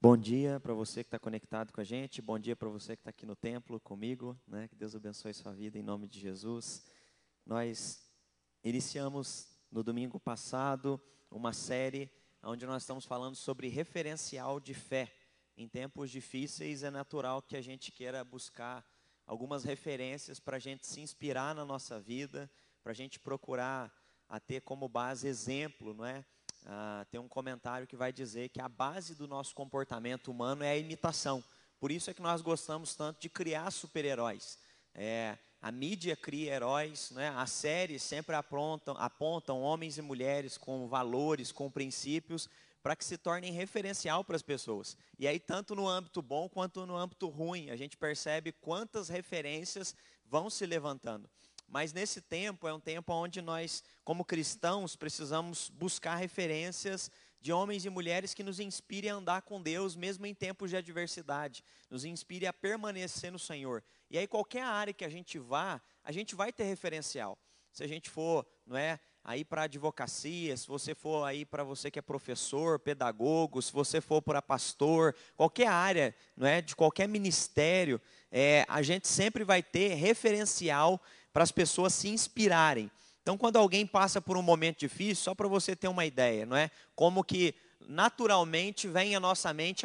Bom dia para você que está conectado com a gente, bom dia para você que está aqui no templo comigo, né? Que Deus abençoe sua vida em nome de Jesus. Nós iniciamos no domingo passado uma série onde nós estamos falando sobre referencial de fé. Em tempos difíceis é natural que a gente queira buscar algumas referências para a gente se inspirar na nossa vida, para a gente procurar a ter como base exemplo, não é? Tem um comentário que vai dizer que a base do nosso comportamento humano é a imitação. Por isso é que nós gostamos tanto de criar super-heróis. A mídia cria heróis, né? As séries sempre apontam homens e mulheres com valores, com princípios, para que se tornem referencial para as pessoas. E aí, tanto no âmbito bom quanto no âmbito ruim, a gente percebe quantas referências vão se levantando. Mas nesse tempo, é um tempo onde nós, como cristãos, precisamos buscar referências de homens e mulheres que nos inspirem a andar com Deus, mesmo em tempos de adversidade, nos inspire a permanecer no Senhor. E aí, qualquer área que a gente vá, a gente vai ter referencial. Se a gente for, não é, aí para advocacia, se você for aí para você que é professor, pedagogo, se você for para pastor, qualquer área, não é, de qualquer ministério, a gente sempre vai ter referencial para as pessoas se inspirarem. Então, quando alguém passa por um momento difícil, só para você ter uma ideia, não é? Como que naturalmente vem à nossa mente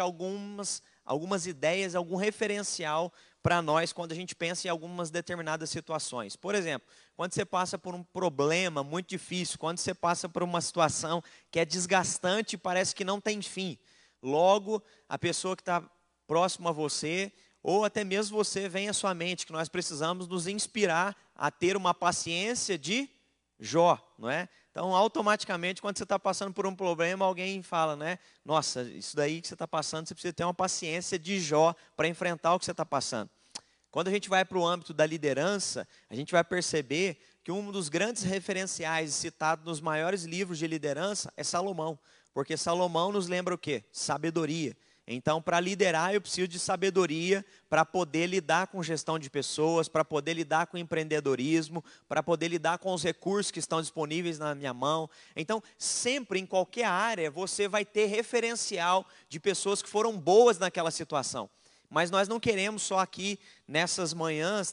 algumas ideias, algum referencial para nós quando a gente pensa em algumas determinadas situações. Por exemplo, quando você passa por um problema muito difícil, quando você passa por uma situação que é desgastante e parece que não tem fim, logo a pessoa que está próxima a você, ou até mesmo você, vem à sua mente que nós precisamos nos inspirar a ter uma paciência de Jó, não é? Então, automaticamente, quando você está passando por um problema, alguém fala, né? Nossa, isso daí que você está passando, você precisa ter uma paciência de Jó para enfrentar o que você está passando. Quando a gente vai para o âmbito da liderança, a gente vai perceber que um dos grandes referenciais citados nos maiores livros de liderança é Salomão. Porque Salomão nos lembra o quê? Sabedoria. Então, para liderar, eu preciso de sabedoria para poder lidar com gestão de pessoas, para poder lidar com empreendedorismo, para poder lidar com os recursos que estão disponíveis na minha mão. Então, sempre, em qualquer área, você vai ter referencial de pessoas que foram boas naquela situação. Mas nós não queremos só aqui, nessas manhãs,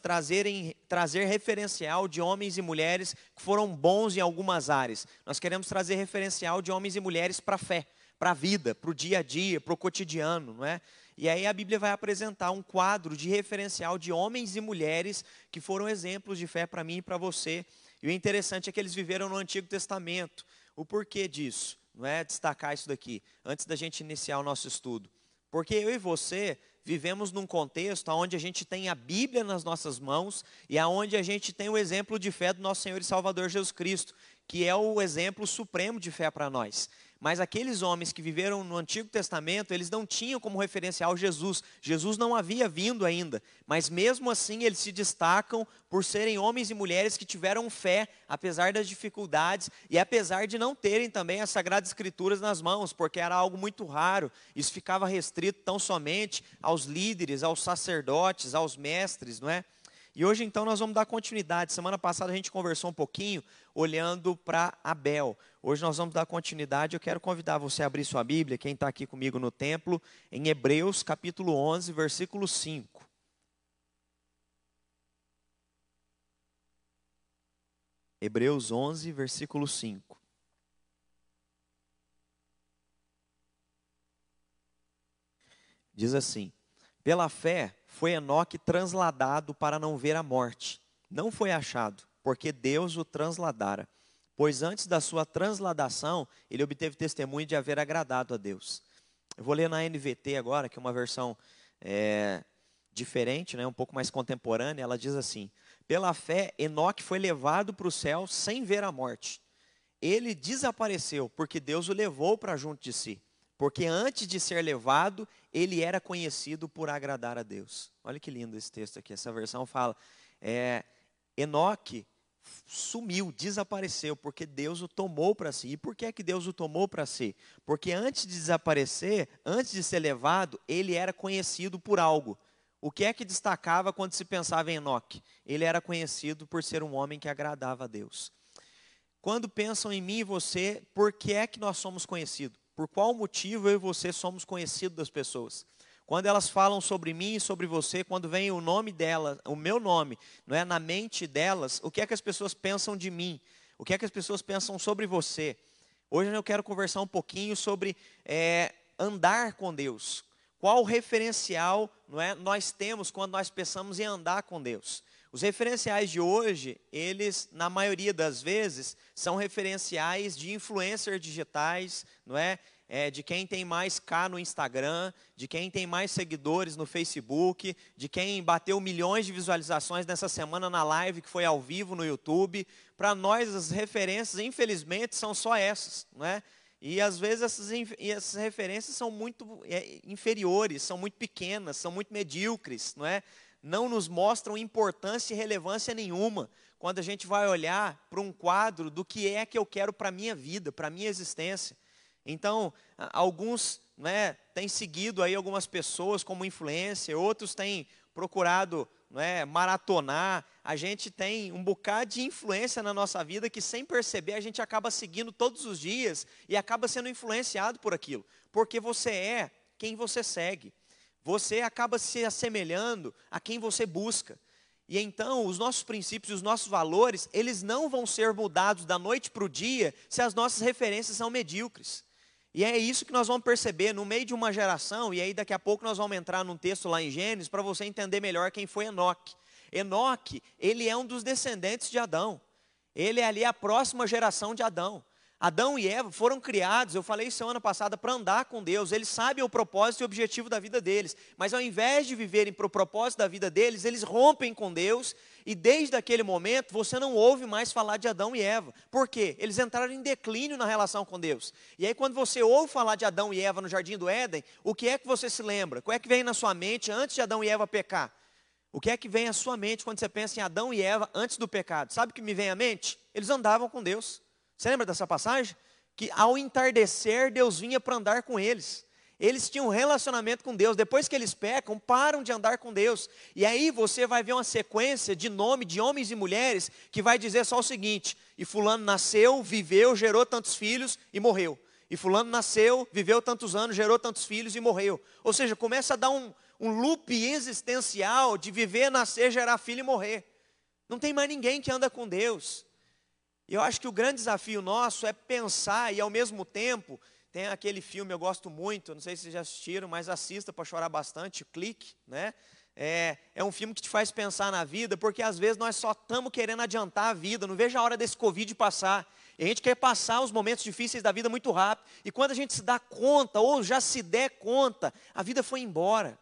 trazer referencial de homens e mulheres que foram bons em algumas áreas. Nós queremos trazer referencial de homens e mulheres para a fé, para a vida, para o dia a dia, para o cotidiano, não é? E aí a Bíblia vai apresentar um quadro de referencial de homens e mulheres que foram exemplos de fé para mim e para você. E o interessante é que eles viveram no Antigo Testamento. O porquê disso? Não é destacar isso daqui, antes da gente iniciar o nosso estudo. Porque eu e você vivemos num contexto onde a gente tem a Bíblia nas nossas mãos e onde a gente tem o exemplo de fé do nosso Senhor e Salvador Jesus Cristo, que é o exemplo supremo de fé para nós. Mas aqueles homens que viveram no Antigo Testamento, eles não tinham como referencial Jesus. Jesus não havia vindo ainda, mas mesmo assim eles se destacam por serem homens e mulheres que tiveram fé, apesar das dificuldades e apesar de não terem também as Sagradas Escrituras nas mãos, porque era algo muito raro. Isso ficava restrito tão somente aos líderes, aos sacerdotes, aos mestres, não é? E hoje então nós vamos dar continuidade. Semana passada a gente conversou um pouquinho olhando para Abel. Hoje nós vamos dar continuidade. Eu quero convidar você a abrir sua Bíblia, quem está aqui comigo no templo, em Hebreus capítulo 11, versículo 5. Hebreus 11, versículo 5. Diz assim: pela fé foi Enoque transladado para não ver a morte. Não foi achado, porque Deus o transladara. Pois antes da sua transladação, ele obteve testemunho de haver agradado a Deus. Eu vou ler na NVT agora, que é uma versão diferente, né, um pouco mais contemporânea. Ela diz assim: pela fé, Enoque foi levado para o céu sem ver a morte. Ele desapareceu, porque Deus o levou para junto de si. Porque antes de ser levado, ele era conhecido por agradar a Deus. Olha que lindo esse texto aqui. Essa versão fala, Enoque sumiu, desapareceu, porque Deus o tomou para si. E por que é que Deus o tomou para si? Porque antes de desaparecer, antes de ser levado, ele era conhecido por algo. O que é que destacava quando se pensava em Enoque? Ele era conhecido por ser um homem que agradava a Deus. Quando pensam em mim e você, por que é que nós somos conhecidos? Por qual motivo eu e você somos conhecidos das pessoas? Quando elas falam sobre mim e sobre você, quando vem o nome delas, o meu nome, não é, na mente delas, o que é que as pessoas pensam de mim? O que é que as pessoas pensam sobre você? Hoje eu quero conversar um pouquinho sobre andar com Deus. Qual referencial, não é, nós temos quando nós pensamos em andar com Deus? Os referenciais de hoje, eles, na maioria das vezes, são referenciais de influencers digitais, não é? De quem tem mais K no Instagram, de quem tem mais seguidores no Facebook, de quem bateu milhões de visualizações nessa semana na live que foi ao vivo no YouTube. Para nós, as referências, infelizmente, são só essas, não é? E às vezes essas referências são muito inferiores, são muito pequenas, são muito medíocres, não é? Não nos mostram importância e relevância nenhuma quando a gente vai olhar para um quadro do que é que eu quero para a minha vida, para a minha existência. Então, alguns, né, têm seguido aí algumas pessoas como influência, outros têm procurado, né, maratonar. A gente tem um bocado de influência na nossa vida que, sem perceber, a gente acaba seguindo todos os dias e acaba sendo influenciado por aquilo, porque você é quem você segue. Você acaba se assemelhando a quem você busca. E então, os nossos princípios, os nossos valores, eles não vão ser mudados da noite para o dia se as nossas referências são medíocres. E é isso que nós vamos perceber no meio de uma geração, e aí daqui a pouco nós vamos entrar num texto lá em Gênesis para você entender melhor quem foi Enoque. Enoque, ele é um dos descendentes de Adão. Ele é ali a próxima geração de Adão. Adão e Eva foram criados, eu falei semana passada, para andar com Deus. Eles sabem o propósito e o objetivo da vida deles. Mas ao invés de viverem para o propósito da vida deles, eles rompem com Deus. E desde aquele momento, você não ouve mais falar de Adão e Eva. Por quê? Eles entraram em declínio na relação com Deus. E aí quando você ouve falar de Adão e Eva no Jardim do Éden, o que é que você se lembra? O que é que vem na sua mente antes de Adão e Eva pecar? O que é que vem à sua mente quando você pensa em Adão e Eva antes do pecado? Sabe o que me vem à mente? Eles andavam com Deus. Você lembra dessa passagem? Que ao entardecer, Deus vinha para andar com eles. Eles tinham um relacionamento com Deus. Depois que eles pecam, param de andar com Deus. E aí você vai ver uma sequência de nome de homens e mulheres que vai dizer só o seguinte: e fulano nasceu, viveu, gerou tantos filhos e morreu. E fulano nasceu, viveu tantos anos, gerou tantos filhos e morreu. Ou seja, começa a dar um loop existencial de viver, nascer, gerar filho e morrer. Não tem mais ninguém que anda com Deus. E eu acho que o grande desafio nosso é pensar e ao mesmo tempo, tem aquele filme, eu gosto muito, não sei se vocês já assistiram, mas assista para chorar bastante, o Clique, né? É um filme que te faz pensar na vida, porque às vezes nós só estamos querendo adiantar a vida, não vejo a hora desse Covid passar. E a gente quer passar os momentos difíceis da vida muito rápido, e quando a gente se dá conta, ou já se der conta, a vida foi embora.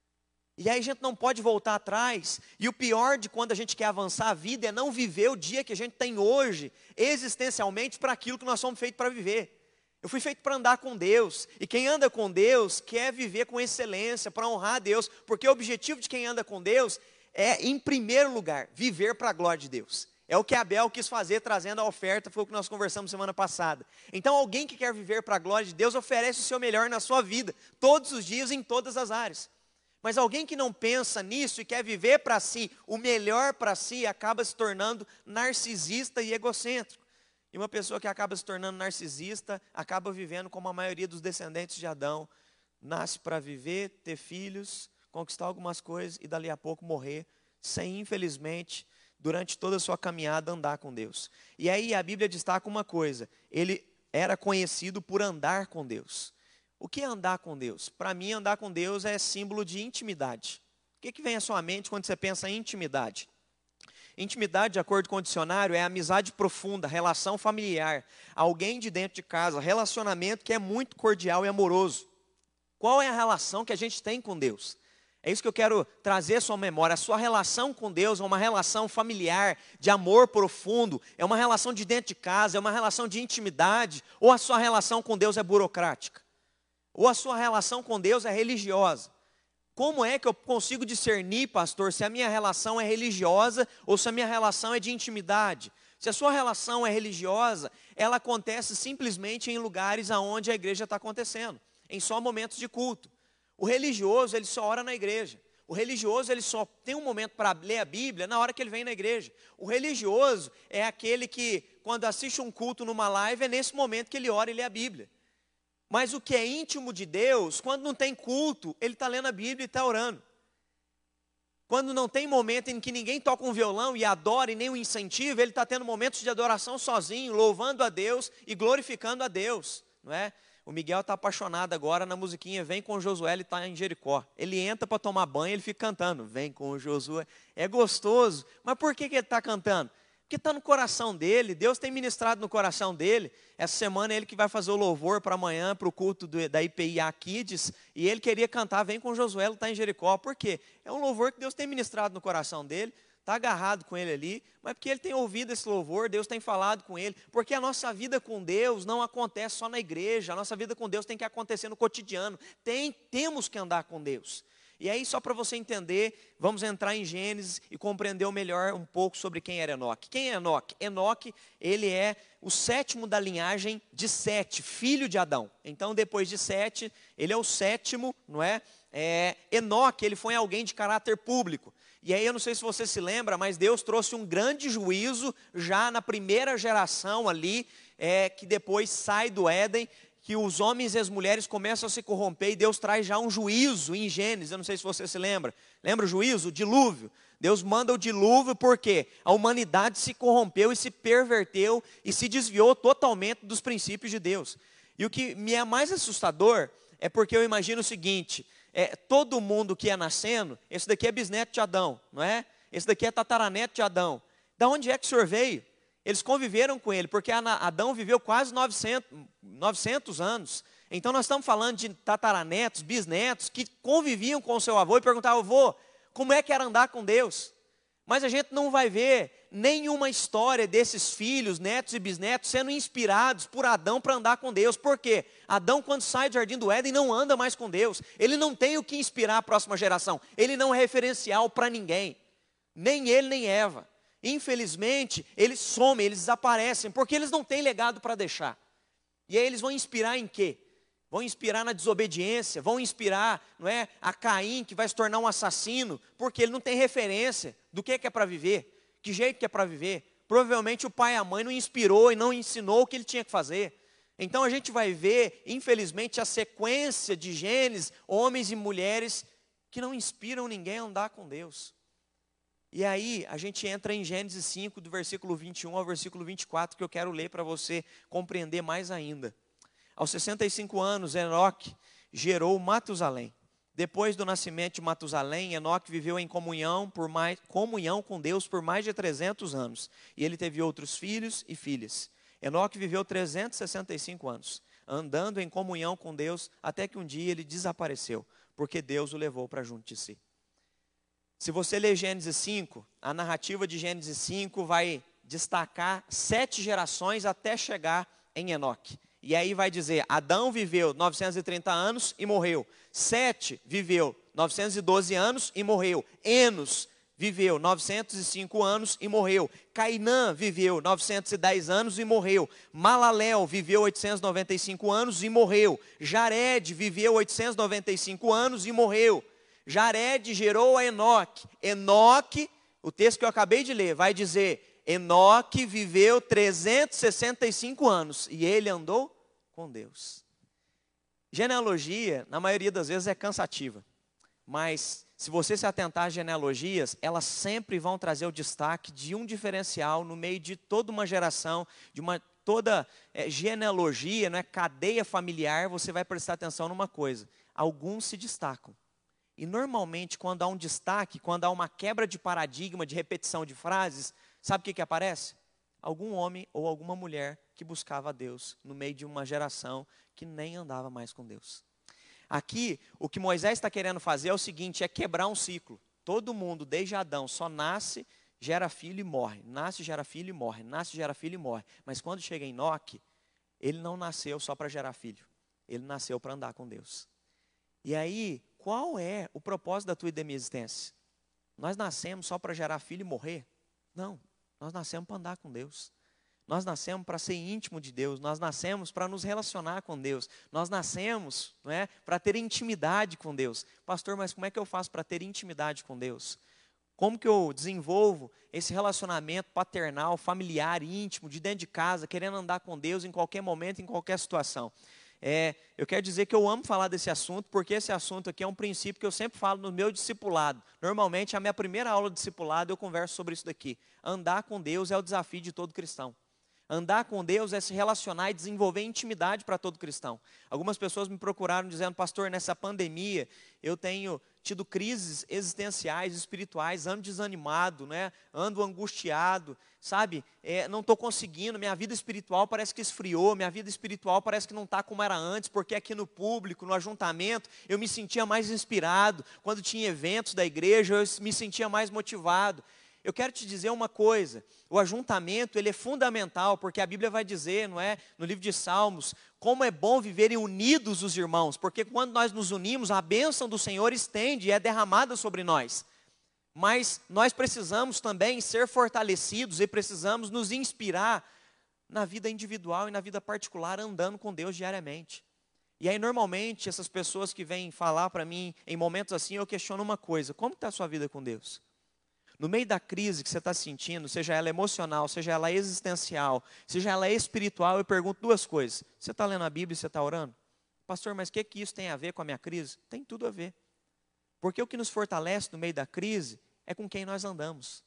E aí a gente não pode voltar atrás. E o pior de quando a gente quer avançar a vida é não viver o dia que a gente tem hoje, existencialmente, para aquilo que nós somos feitos para viver. Eu fui feito para andar com Deus. E quem anda com Deus quer viver com excelência, para honrar a Deus. Porque o objetivo de quem anda com Deus é, em primeiro lugar, viver para a glória de Deus. É o que Abel quis fazer trazendo a oferta, foi o que nós conversamos semana passada. Então alguém que quer viver para a glória de Deus oferece o seu melhor na sua vida, todos os dias, em todas as áreas. Mas alguém que não pensa nisso e quer viver para si, o melhor para si, acaba se tornando narcisista e egocêntrico. E uma pessoa que acaba se tornando narcisista, acaba vivendo como a maioria dos descendentes de Adão. Nasce para viver, ter filhos, conquistar algumas coisas e dali a pouco morrer, sem, infelizmente, durante toda a sua caminhada, andar com Deus. E aí a Bíblia destaca uma coisa: ele era conhecido por andar com Deus. O que é andar com Deus? Para mim, andar com Deus é símbolo de intimidade. O que vem à sua mente quando você pensa em intimidade? Intimidade, de acordo com o dicionário, é amizade profunda, relação familiar, alguém de dentro de casa, relacionamento que é muito cordial e amoroso. Qual é a relação que a gente tem com Deus? É isso que eu quero trazer à sua memória. A sua relação com Deus é uma relação familiar, de amor profundo, é uma relação de dentro de casa, é uma relação de intimidade, ou a sua relação com Deus é burocrática? Ou a sua relação com Deus é religiosa? Como é que eu consigo discernir, pastor, se a minha relação é religiosa ou se a minha relação é de intimidade? Se a sua relação é religiosa, ela acontece simplesmente em lugares onde a igreja está acontecendo, em só momentos de culto. O religioso, ele só ora na igreja. O religioso, ele só tem um momento para ler a Bíblia na hora que ele vem na igreja. O religioso é aquele que, quando assiste um culto numa live, é nesse momento que ele ora e lê a Bíblia. Mas o que é íntimo de Deus, quando não tem culto, ele está lendo a Bíblia e está orando. Quando não tem momento em que ninguém toca um violão e adora e nem o incentiva, ele está tendo momentos de adoração sozinho, louvando a Deus e glorificando a Deus, não é? O Miguel está apaixonado agora na musiquinha Vem com Josué, ele está em Jericó. Ele entra para tomar banho, ele fica cantando, Vem com Josué. É gostoso, mas por que ele está cantando? Porque está no coração dele, Deus tem ministrado no coração dele. Essa semana é ele que vai fazer o louvor para amanhã, para o culto da IPIA Kids, e ele queria cantar Vem com Josué, ele está em Jericó. Por quê? É um louvor que Deus tem ministrado no coração dele, está agarrado com ele ali, mas porque ele tem ouvido esse louvor, Deus tem falado com ele, porque a nossa vida com Deus não acontece só na igreja, a nossa vida com Deus tem que acontecer no cotidiano, temos que andar com Deus. E aí, só para você entender, vamos entrar em Gênesis e compreender melhor um pouco sobre quem era Enoque. Quem é Enoque? Enoque, ele é o sétimo da linhagem de Sete, filho de Adão. Então, depois de Sete, ele é o sétimo, não é? Enoque, ele foi alguém de caráter público. E aí, eu não sei se você se lembra, mas Deus trouxe um grande juízo já na primeira geração ali, que depois sai do Éden, que os homens e as mulheres começam a se corromper e Deus traz já um juízo em Gênesis. Eu não sei se você se lembra. Lembra o juízo? O dilúvio. Deus manda o dilúvio porque a humanidade se corrompeu e se perverteu e se desviou totalmente dos princípios de Deus. E o que me é mais assustador é porque eu imagino o seguinte, todo mundo que ia nascendo, esse daqui é bisneto de Adão, não é? Esse daqui é tataraneto de Adão. Da onde é que o senhor veio? Eles conviveram com ele, porque Adão viveu quase 900 anos. Então nós estamos falando de tataranetos, bisnetos, que conviviam com o seu avô e perguntavam, avô, como é que era andar com Deus? Mas a gente não vai ver nenhuma história desses filhos, netos e bisnetos sendo inspirados por Adão para andar com Deus. Por quê? Adão, quando sai do jardim do Éden, não anda mais com Deus. Ele não tem o que inspirar a próxima geração. Ele não é referencial para ninguém. Nem ele, nem Eva. Infelizmente, eles somem, eles desaparecem, porque eles não têm legado para deixar. E aí eles vão inspirar em quê? Vão inspirar na desobediência, vão inspirar, não é, a Caim, que vai se tornar um assassino, porque ele não tem referência do que é para viver, que jeito que é para viver. Provavelmente o pai e a mãe não inspirou e não ensinou o que ele tinha que fazer. Então a gente vai ver, infelizmente, a sequência de Gênesis, homens e mulheres que não inspiram ninguém a andar com Deus. E aí, a gente entra em Gênesis 5, do versículo 21 ao versículo 24, que eu quero ler para você compreender mais ainda. Aos 65 anos, Enoque gerou Matusalém. Depois do nascimento de Matusalém, Enoque viveu em comunhão com Deus por mais de 300 anos. E ele teve outros filhos e filhas. Enoque viveu 365 anos, andando em comunhão com Deus, até que um dia ele desapareceu, porque Deus o levou para junto de si. Se você ler Gênesis 5, a narrativa de Gênesis 5 vai destacar 7 gerações até chegar em Enoque. E aí vai dizer, Adão viveu 930 anos e morreu. Sete viveu 912 anos e morreu. Enos viveu 905 anos e morreu. Cainã viveu 910 anos e morreu. Malaléu viveu 895 anos e morreu. Jared viveu 895 anos e morreu. Jared gerou a Enoque. Enoque, o texto que eu acabei de ler, vai dizer, Enoque viveu 365 anos e ele andou com Deus. Genealogia, na maioria das vezes, é cansativa. Mas, se você se atentar às genealogias, elas sempre vão trazer o destaque de um diferencial no meio de toda uma geração, de toda genealogia, não é, cadeia familiar, você vai prestar atenção numa coisa. Alguns se destacam. E normalmente, quando há um destaque, quando há uma quebra de paradigma, de repetição de frases, sabe o que aparece? Algum homem ou alguma mulher que buscava a Deus no meio de uma geração que nem andava mais com Deus. Aqui, o que Moisés está querendo fazer é o seguinte, é quebrar um ciclo. Todo mundo, desde Adão, só nasce, gera filho e morre. Nasce, gera filho e morre. Nasce, gera filho e morre. Mas quando chega em Enoque, ele não nasceu só para gerar filho. Ele nasceu para andar com Deus. E aí, qual é o propósito da tua e da minha existência? Nós nascemos só para gerar filho e morrer? Não, nós nascemos para andar com Deus. Nós nascemos para ser íntimo de Deus, nós nascemos para nos relacionar com Deus, nós nascemos, não é, para ter intimidade com Deus. Pastor, mas como é que eu faço para ter intimidade com Deus? Como que eu desenvolvo esse relacionamento paternal, familiar, íntimo, de dentro de casa, querendo andar com Deus em qualquer momento, em qualquer situação? Eu quero dizer que eu amo falar desse assunto, porque esse assunto aqui é um princípio que eu sempre falo no meu discipulado. Normalmente, a minha primeira aula de discipulado, eu converso sobre isso daqui. Andar com Deus é o desafio de todo cristão. Andar com Deus é se relacionar e desenvolver intimidade para todo cristão. Algumas pessoas me procuraram dizendo, pastor, nessa pandemia eu tenho tido crises existenciais, espirituais, ando desanimado, né? Ando angustiado, sabe? Não estou conseguindo, minha vida espiritual parece que esfriou, minha vida espiritual parece que não está como era antes, porque aqui no público, no ajuntamento, eu me sentia mais inspirado, quando tinha eventos da igreja eu me sentia mais motivado. Eu quero te dizer uma coisa, o ajuntamento ele é fundamental, porque a Bíblia vai dizer, não é, no livro de Salmos, como é bom viverem unidos os irmãos, porque quando nós nos unimos, a bênção do Senhor estende e é derramada sobre nós. Mas nós precisamos também ser fortalecidos e precisamos nos inspirar na vida individual e na vida particular, andando com Deus diariamente. E aí normalmente essas pessoas que vêm falar para mim em momentos assim, eu questiono uma coisa, como está a sua vida com Deus? No meio da crise que você está sentindo, seja ela emocional, seja ela existencial, seja ela espiritual, eu pergunto duas coisas. Você está lendo a Bíblia e você está orando? Pastor, mas o que isso tem a ver com a minha crise? Tem tudo a ver. Porque o que nos fortalece no meio da crise é com quem nós andamos.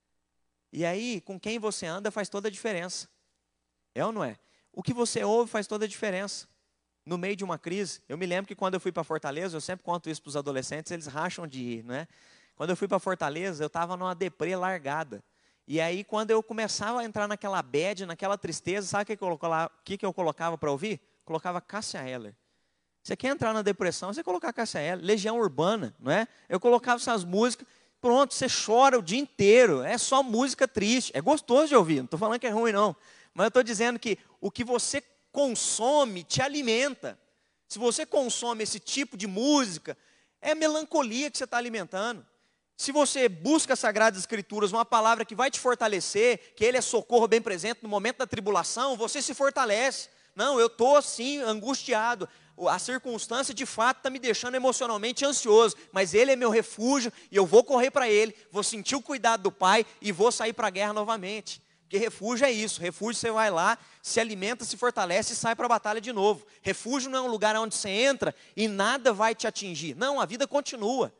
E aí, com quem você anda faz toda a diferença. É ou não é? O que você ouve faz toda a diferença. No meio de uma crise, eu me lembro que quando eu fui para Fortaleza, eu sempre conto isso para os adolescentes, eles racham de ir, não é? Quando eu fui para Fortaleza, eu estava numa deprê largada. E aí, quando eu começava a entrar naquela bad, naquela tristeza, sabe o que eu colocava para ouvir? Colocava Cássia Eller. Você quer entrar na depressão, você colocar Cássia Eller, Legião Urbana, não é? Eu colocava essas músicas, pronto, você chora o dia inteiro, é só música triste. É gostoso de ouvir, não estou falando que é ruim não. Mas eu estou dizendo que o que você consome te alimenta. Se você consome esse tipo de música, é melancolia que você está alimentando. Se você busca as Sagradas Escrituras, uma palavra que vai te fortalecer, que Ele é socorro bem presente no momento da tribulação, você se fortalece. Não, eu estou assim, angustiado. A circunstância de fato está me deixando emocionalmente ansioso, mas Ele é meu refúgio e eu vou correr para Ele, vou sentir o cuidado do Pai e vou sair para a guerra novamente. Porque refúgio é isso, refúgio você vai lá, se alimenta, se fortalece e sai para a batalha de novo. Refúgio não é um lugar onde você entra e nada vai te atingir. Não, a vida continua.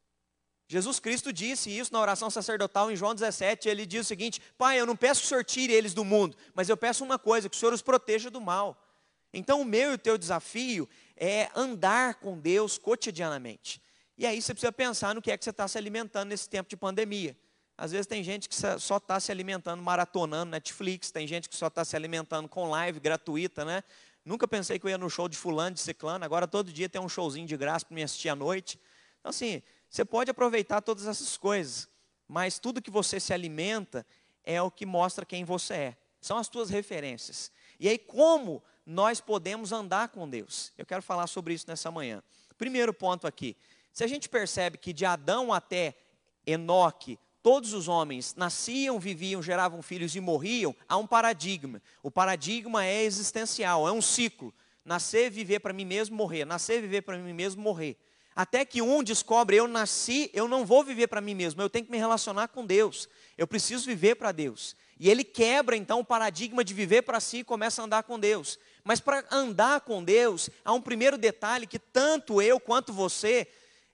Jesus Cristo disse isso na oração sacerdotal em João 17, ele diz o seguinte, Pai, eu não peço que o Senhor tire eles do mundo, mas eu peço uma coisa, que o Senhor os proteja do mal. Então o meu e o teu desafio é andar com Deus cotidianamente. E aí você precisa pensar no que é que você está se alimentando nesse tempo de pandemia. Às vezes tem gente que só está se alimentando maratonando Netflix, tem gente que só está se alimentando com live gratuita, né? Nunca pensei que eu ia no show de fulano, de ciclano, agora todo dia tem um showzinho de graça para me assistir à noite. Então assim, você pode aproveitar todas essas coisas, mas tudo que você se alimenta é o que mostra quem você é. São as tuas referências. E aí, como nós podemos andar com Deus? Eu quero falar sobre isso nessa manhã. Primeiro ponto aqui. Se a gente percebe que de Adão até Enoque, todos os homens nasciam, viviam, geravam filhos e morriam, há um paradigma. O paradigma é existencial, é um ciclo. Nascer, viver para mim mesmo, morrer. Nascer, viver para mim mesmo, morrer. Até que um descobre, eu nasci, eu não vou viver para mim mesmo, eu tenho que me relacionar com Deus. Eu preciso viver para Deus. E ele quebra então o paradigma de viver para si e começa a andar com Deus. Mas para andar com Deus, há um primeiro detalhe que tanto eu quanto você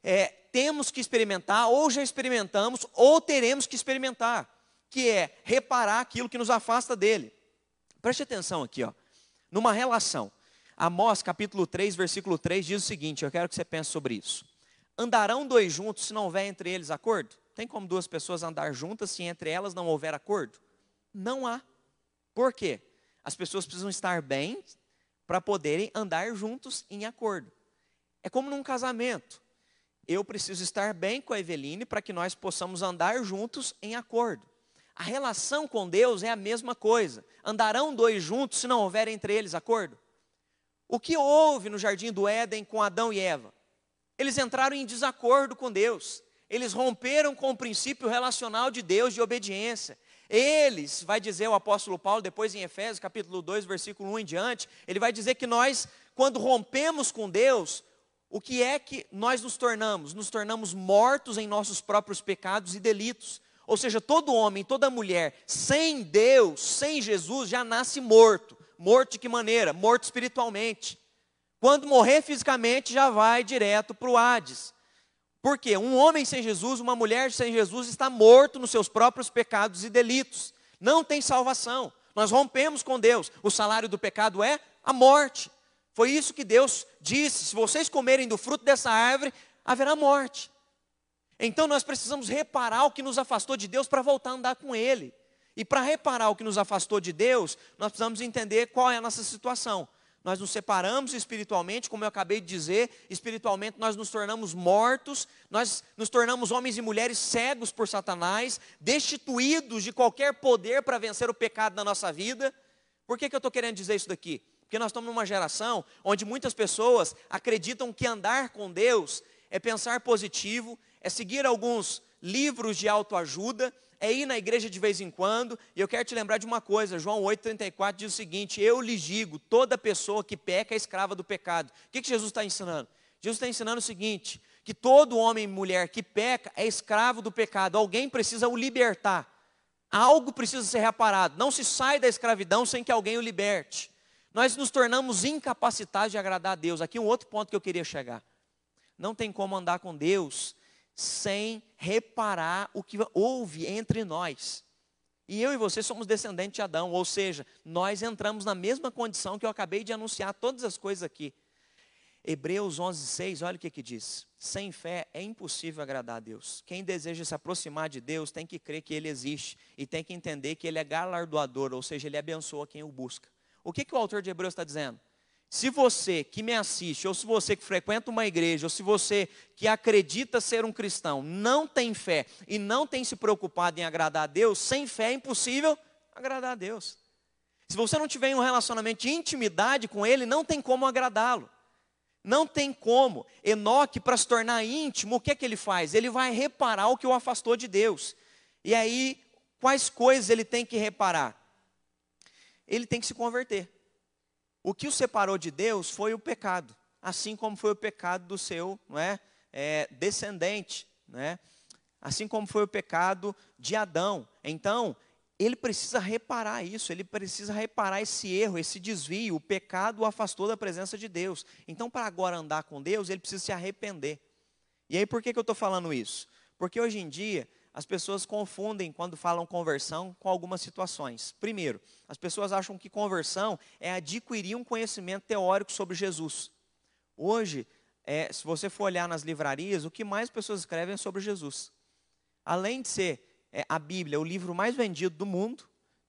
temos que experimentar, ou já experimentamos, ou teremos que experimentar. Que é reparar aquilo que nos afasta dele. Preste atenção aqui, ó, numa relação. Amós, capítulo 3, versículo 3, diz o seguinte, eu quero que você pense sobre isso. Andarão dois juntos se não houver entre eles acordo? Tem como duas pessoas andar juntas se entre elas não houver acordo? Não há. Por quê? As pessoas precisam estar bem para poderem andar juntos em acordo. É como num casamento. Eu preciso estar bem com a Eveline para que nós possamos andar juntos em acordo. A relação com Deus é a mesma coisa. Andarão dois juntos se não houver entre eles acordo? O que houve no jardim do Éden com Adão e Eva? Eles entraram em desacordo com Deus. Eles romperam com o princípio relacional de Deus de obediência. Eles, vai dizer o apóstolo Paulo, depois em Efésios, capítulo 2, versículo 1 em diante, ele vai dizer que nós, quando rompemos com Deus, o que é que nós nos tornamos? Nos tornamos mortos em nossos próprios pecados e delitos. Ou seja, todo homem, toda mulher, sem Deus, sem Jesus, já nasce morto. Morto de que maneira? Morto espiritualmente. Quando morrer fisicamente, já vai direto para o Hades. Por quê? Um homem sem Jesus, uma mulher sem Jesus está morto nos seus próprios pecados e delitos. Não tem salvação. Nós rompemos com Deus. O salário do pecado é a morte. Foi isso que Deus disse: se vocês comerem do fruto dessa árvore, haverá morte. Então nós precisamos reparar o que nos afastou de Deus para voltar a andar com Ele. E para reparar o que nos afastou de Deus, nós precisamos entender qual é a nossa situação. Nós nos separamos espiritualmente, como eu acabei de dizer, espiritualmente nós nos tornamos mortos, nós nos tornamos homens e mulheres cegos por Satanás, destituídos de qualquer poder para vencer o pecado na nossa vida. Por que eu estou querendo dizer isso daqui? Porque nós estamos numa geração onde muitas pessoas acreditam que andar com Deus é pensar positivo, é seguir alguns livros de autoajuda, é ir na igreja de vez em quando. E eu quero te lembrar de uma coisa, João 8,34 diz o seguinte: eu lhes digo, toda pessoa que peca é escrava do pecado. O que Jesus está ensinando? Jesus está ensinando o seguinte, que todo homem e mulher que peca é escravo do pecado. Alguém precisa o libertar, algo precisa ser reparado. Não se sai da escravidão sem que alguém o liberte. Nós nos tornamos incapacitados de agradar a Deus. Aqui um outro ponto que eu queria chegar: não tem como andar com Deus sem reparar o que houve entre nós. E eu e você somos descendentes de Adão, ou seja, nós entramos na mesma condição que eu acabei de anunciar todas as coisas aqui. Hebreus 11:6, olha o que diz: sem fé é impossível agradar a Deus. Quem deseja se aproximar de Deus tem que crer que Ele existe e tem que entender que Ele é galardoador, ou seja, Ele abençoa quem o busca. O que o autor de Hebreus está dizendo? Se você que me assiste, ou se você que frequenta uma igreja, ou se você que acredita ser um cristão, não tem fé e não tem se preocupado em agradar a Deus, sem fé é impossível agradar a Deus. Se você não tiver um relacionamento de intimidade com Ele, não tem como agradá-lo. Não tem como. Enoque, para se tornar íntimo, o que é que ele faz? Ele vai reparar o que o afastou de Deus. E aí, quais coisas ele tem que reparar? Ele tem que se converter. O que o separou de Deus foi o pecado, assim como foi o pecado do seu descendente, assim como foi o pecado de Adão. Então, ele precisa reparar isso, ele precisa reparar esse erro, esse desvio. O pecado o afastou da presença de Deus. Então, para agora andar com Deus, ele precisa se arrepender. E aí, por que eu estou falando isso? Porque hoje em dia, as pessoas confundem quando falam conversão com algumas situações. Primeiro, as pessoas acham que conversão é adquirir um conhecimento teórico sobre Jesus. Hoje, se você for olhar nas livrarias, o que mais pessoas escrevem é sobre Jesus. Além de ser a Bíblia o livro mais vendido do mundo,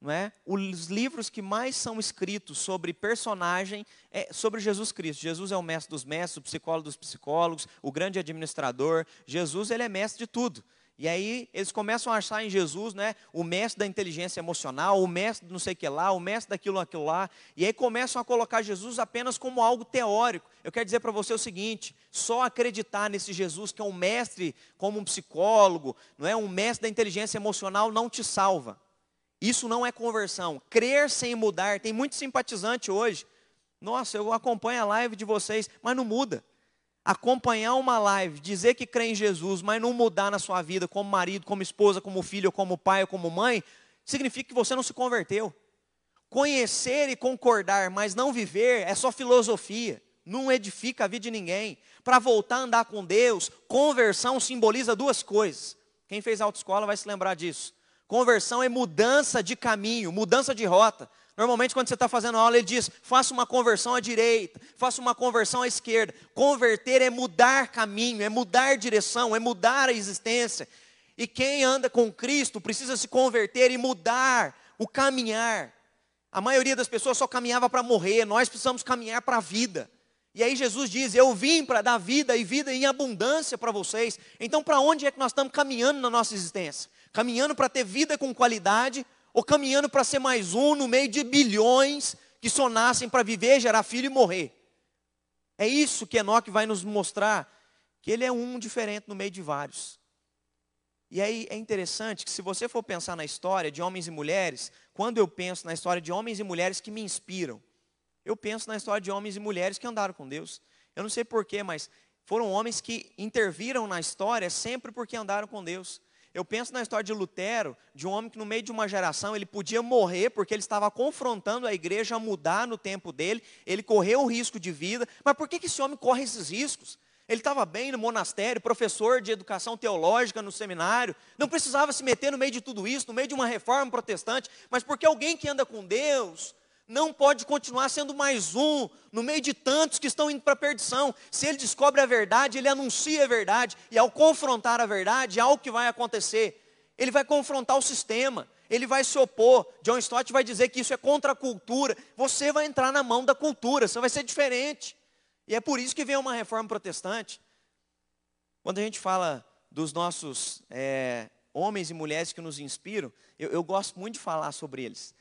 os livros que mais são escritos sobre personagem é sobre Jesus Cristo. Jesus é o mestre dos mestres, o psicólogo dos psicólogos, o grande administrador. Jesus, ele é mestre de tudo. E aí eles começam a achar em Jesus, o mestre da inteligência emocional, o mestre do não sei o que lá, o mestre daquilo, aquilo lá. E aí começam a colocar Jesus apenas como algo teórico. Eu quero dizer para você o seguinte: só acreditar nesse Jesus que é um mestre como um psicólogo, um mestre da inteligência emocional, não te salva. Isso não é conversão. Crer sem mudar. Tem muito simpatizante hoje. Nossa, eu acompanho a live de vocês, mas não muda. Acompanhar uma live, dizer que crê em Jesus, mas não mudar na sua vida como marido, como esposa, como filho, como pai ou como mãe, significa que você não se converteu. Conhecer e concordar, mas não viver, é só filosofia, não edifica a vida de ninguém. Para voltar a andar com Deus, conversão simboliza duas coisas. Quem fez autoescola vai se lembrar disso. Conversão é mudança de caminho, mudança de rota. Normalmente quando você está fazendo aula, ele diz: faça uma conversão à direita, faça uma conversão à esquerda. Converter é mudar caminho, é mudar direção, é mudar a existência. E quem anda com Cristo precisa se converter e mudar o caminhar. A maioria das pessoas só caminhava para morrer, nós precisamos caminhar para a vida. E aí Jesus diz: eu vim para dar vida e vida em abundância para vocês. Então para onde é que nós estamos caminhando na nossa existência? Caminhando para ter vida com qualidade, ou caminhando para ser mais um no meio de bilhões que só nascem para viver, gerar filho e morrer? É isso que Enoque vai nos mostrar, que ele é um diferente no meio de vários. E aí é interessante que se você for pensar na história de homens e mulheres, quando eu penso na história de homens e mulheres que me inspiram, eu penso na história de homens e mulheres que andaram com Deus. Eu não sei porquê, mas foram homens que interviram na história sempre porque andaram com Deus. Eu penso na história de Lutero, de um homem que no meio de uma geração, ele podia morrer, porque ele estava confrontando a igreja a mudar no tempo dele, ele correu o risco de vida, mas por que esse homem corre esses riscos? Ele estava bem no monastério, professor de educação teológica no seminário, não precisava se meter no meio de tudo isso, no meio de uma reforma protestante, mas porque alguém que anda com Deus não pode continuar sendo mais um no meio de tantos que estão indo para a perdição. Se ele descobre a verdade, ele anuncia a verdade, e ao confrontar a verdade, algo que vai acontecer. Ele vai confrontar o sistema, ele vai se opor. John Stott vai dizer que isso é contra a cultura. Você vai entrar na mão da cultura, você vai ser diferente. E é por isso que vem uma reforma protestante. Quando a gente fala dos nossos homens e mulheres que nos inspiram, eu gosto muito de falar sobre eles.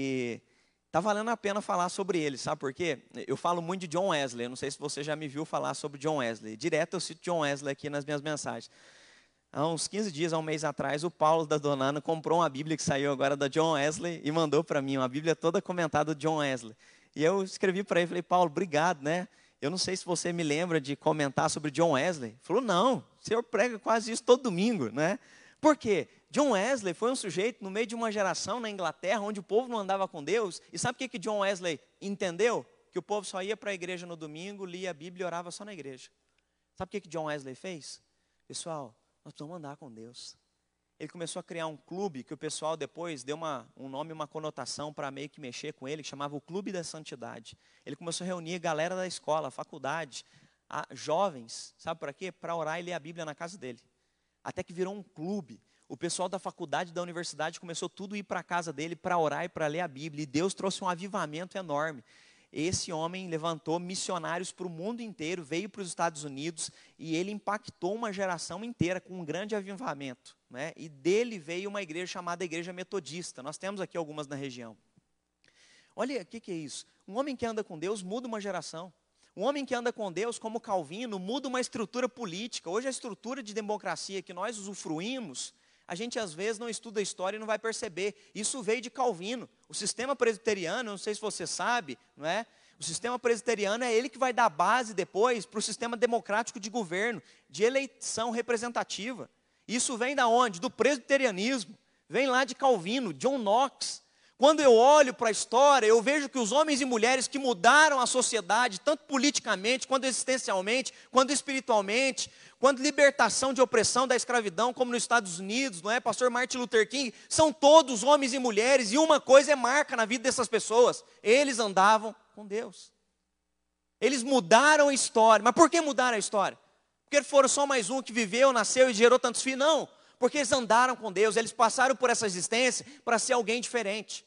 E está valendo a pena falar sobre eles, sabe por quê? Eu falo muito de John Wesley, eu não sei se você já me viu falar sobre John Wesley. Direto eu cito John Wesley aqui nas minhas mensagens. Há uns 15 dias, há um mês atrás, o Paulo da Donana comprou uma Bíblia que saiu agora da John Wesley e mandou para mim, uma Bíblia toda comentada de John Wesley. E eu escrevi para ele, falei, Paulo, obrigado, né? Eu não sei se você me lembra de comentar sobre John Wesley. Ele falou, não, o senhor prega quase isso todo domingo, né? Por quê? John Wesley foi um sujeito no meio de uma geração na Inglaterra, onde o povo não andava com Deus. E sabe o que John Wesley entendeu? Que o povo só ia para a igreja no domingo, lia a Bíblia e orava só na igreja. Sabe o que John Wesley fez? Pessoal, nós precisamos andar com Deus. Ele começou a criar um clube, que o pessoal depois deu um nome, uma conotação para meio que mexer com ele, que chamava o Clube da Santidade. Ele começou a reunir a galera da escola, faculdade, jovens, sabe para quê? Para orar e ler a Bíblia na casa dele. Até que virou um clube. O pessoal da faculdade, da universidade, começou tudo a ir para a casa dele para orar e para ler a Bíblia. E Deus trouxe um avivamento enorme. Esse homem levantou missionários para o mundo inteiro, veio para os Estados Unidos e ele impactou uma geração inteira com um grande avivamento, né? E dele veio uma igreja chamada Igreja Metodista. Nós temos aqui algumas na região. Olha, o que é isso? Um homem que anda com Deus muda uma geração. Um homem que anda com Deus, como Calvino, muda uma estrutura política. Hoje a estrutura de democracia que nós usufruímos, a gente às vezes não estuda a história e não vai perceber. Isso veio de Calvino. O sistema presbiteriano, não sei se você sabe, não é? O sistema presbiteriano é ele que vai dar base depois para o sistema democrático de governo, de eleição representativa. Isso vem da onde? Do presbiterianismo. Vem lá de Calvino, John Knox. Quando eu olho para a história, eu vejo que os homens e mulheres que mudaram a sociedade, tanto politicamente, quanto existencialmente, quanto espiritualmente, quanto libertação de opressão da escravidão, como nos Estados Unidos, não é? Pastor Martin Luther King, são todos homens e mulheres, e uma coisa é marca na vida dessas pessoas: eles andavam com Deus. Eles mudaram a história. Mas por que mudaram a história? Porque foram só mais um que viveu, nasceu e gerou tantos filhos? Não, porque eles andaram com Deus, eles passaram por essa existência para ser alguém diferente.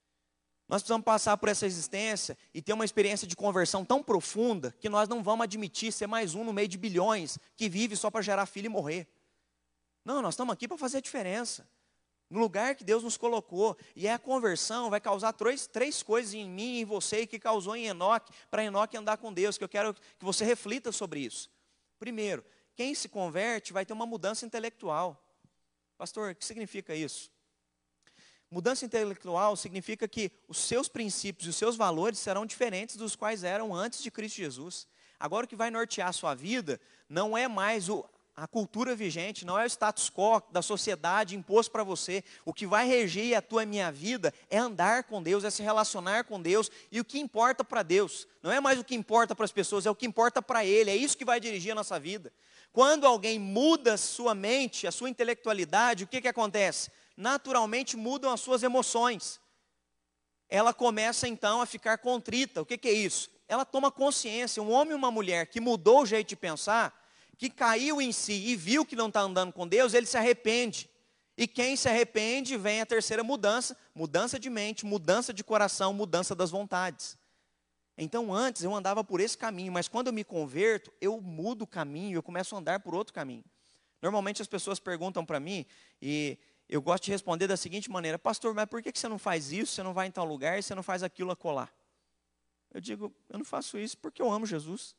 Nós precisamos passar por essa existência e ter uma experiência de conversão tão profunda que nós não vamos admitir ser mais um no meio de bilhões que vive só para gerar filho e morrer. Não, nós estamos aqui para fazer a diferença. No lugar que Deus nos colocou. E a conversão vai causar três coisas em mim e em você, que causou em Enoque, para Enoque andar com Deus, que eu quero que você reflita sobre isso. Primeiro, quem se converte vai ter uma mudança intelectual. Pastor, o que significa isso? Mudança intelectual significa que os seus princípios e os seus valores serão diferentes dos quais eram antes de Cristo Jesus. Agora o que vai nortear a sua vida não é mais a cultura vigente, não é o status quo da sociedade imposto para você. O que vai reger a tua e minha vida é andar com Deus, é se relacionar com Deus. E o que importa para Deus não é mais o que importa para as pessoas, é o que importa para Ele. É isso que vai dirigir a nossa vida. Quando alguém muda sua mente, a sua intelectualidade, o que acontece? Naturalmente mudam as suas emoções. Ela começa então a ficar contrita. O que é isso? Ela toma consciência. Um homem e uma mulher que mudou o jeito de pensar, que caiu em si e viu que não está andando com Deus, ele se arrepende. E quem se arrepende, vem a terceira mudança: mudança de mente, mudança de coração, mudança das vontades. Então antes eu andava por esse caminho, mas quando eu me converto, eu mudo o caminho, eu começo a andar por outro caminho. Normalmente as pessoas perguntam para mim, e eu gosto de responder da seguinte maneira: pastor, mas por que você não faz isso, você não vai em tal lugar, você não faz aquilo acolá? Eu digo, eu não faço isso porque eu amo Jesus.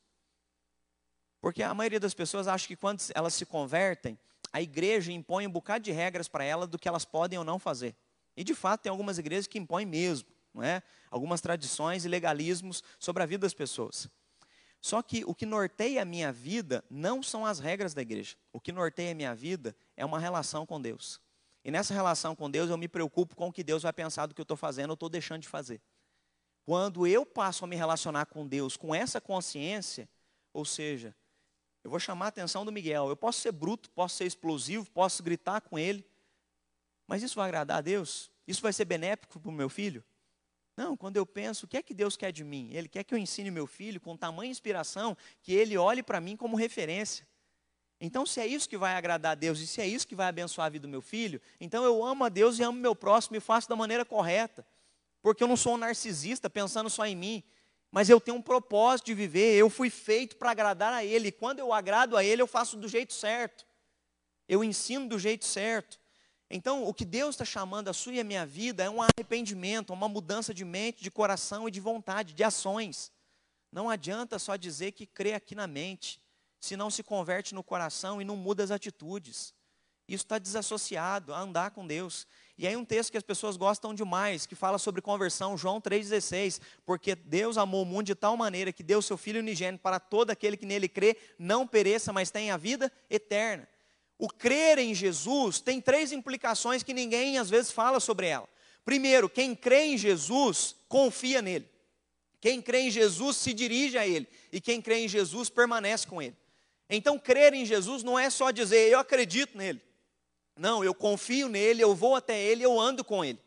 Porque a maioria das pessoas acha que quando elas se convertem, a igreja impõe um bocado de regras para elas do que elas podem ou não fazer. E de fato tem algumas igrejas que impõem mesmo, não é? Algumas tradições e legalismos sobre a vida das pessoas. Só que o que norteia a minha vida não são as regras da igreja. O que norteia a minha vida é uma relação com Deus. E nessa relação com Deus eu me preocupo com o que Deus vai pensar do que eu estou fazendo ou estou deixando de fazer. Quando eu passo a me relacionar com Deus com essa consciência, ou seja, eu vou chamar a atenção do Miguel. Eu posso ser bruto, posso ser explosivo, posso gritar com ele. Mas isso vai agradar a Deus? Isso vai ser benéfico para o meu filho? Não, quando eu penso, o que é que Deus quer de mim? Ele quer que eu ensine meu filho com tamanha inspiração que ele olhe para mim como referência. Então, se é isso que vai agradar a Deus e se é isso que vai abençoar a vida do meu filho, então eu amo a Deus e amo meu próximo e faço da maneira correta. Porque eu não sou um narcisista pensando só em mim, mas eu tenho um propósito de viver, eu fui feito para agradar a Ele. E quando eu agrado a Ele, eu faço do jeito certo. Eu ensino do jeito certo. Então, o que Deus está chamando a sua e a minha vida é um arrependimento, uma mudança de mente, de coração e de vontade, de ações. Não adianta só dizer que crê aqui na mente, se não se converte no coração e não muda as atitudes. Isso está desassociado a andar com Deus. E aí um texto que as pessoas gostam demais, que fala sobre conversão, João 3,16. Porque Deus amou o mundo de tal maneira que deu seu Filho unigênito para todo aquele que nele crê, não pereça, mas tenha a vida eterna. O crer em Jesus tem 3 implicações que ninguém às vezes fala sobre ela. Primeiro, quem crê em Jesus, confia nele. Quem crê em Jesus se dirige a ele. E quem crê em Jesus permanece com ele. Então, crer em Jesus não é só dizer, eu acredito nele. Não, eu confio nele, eu vou até ele, eu ando com ele.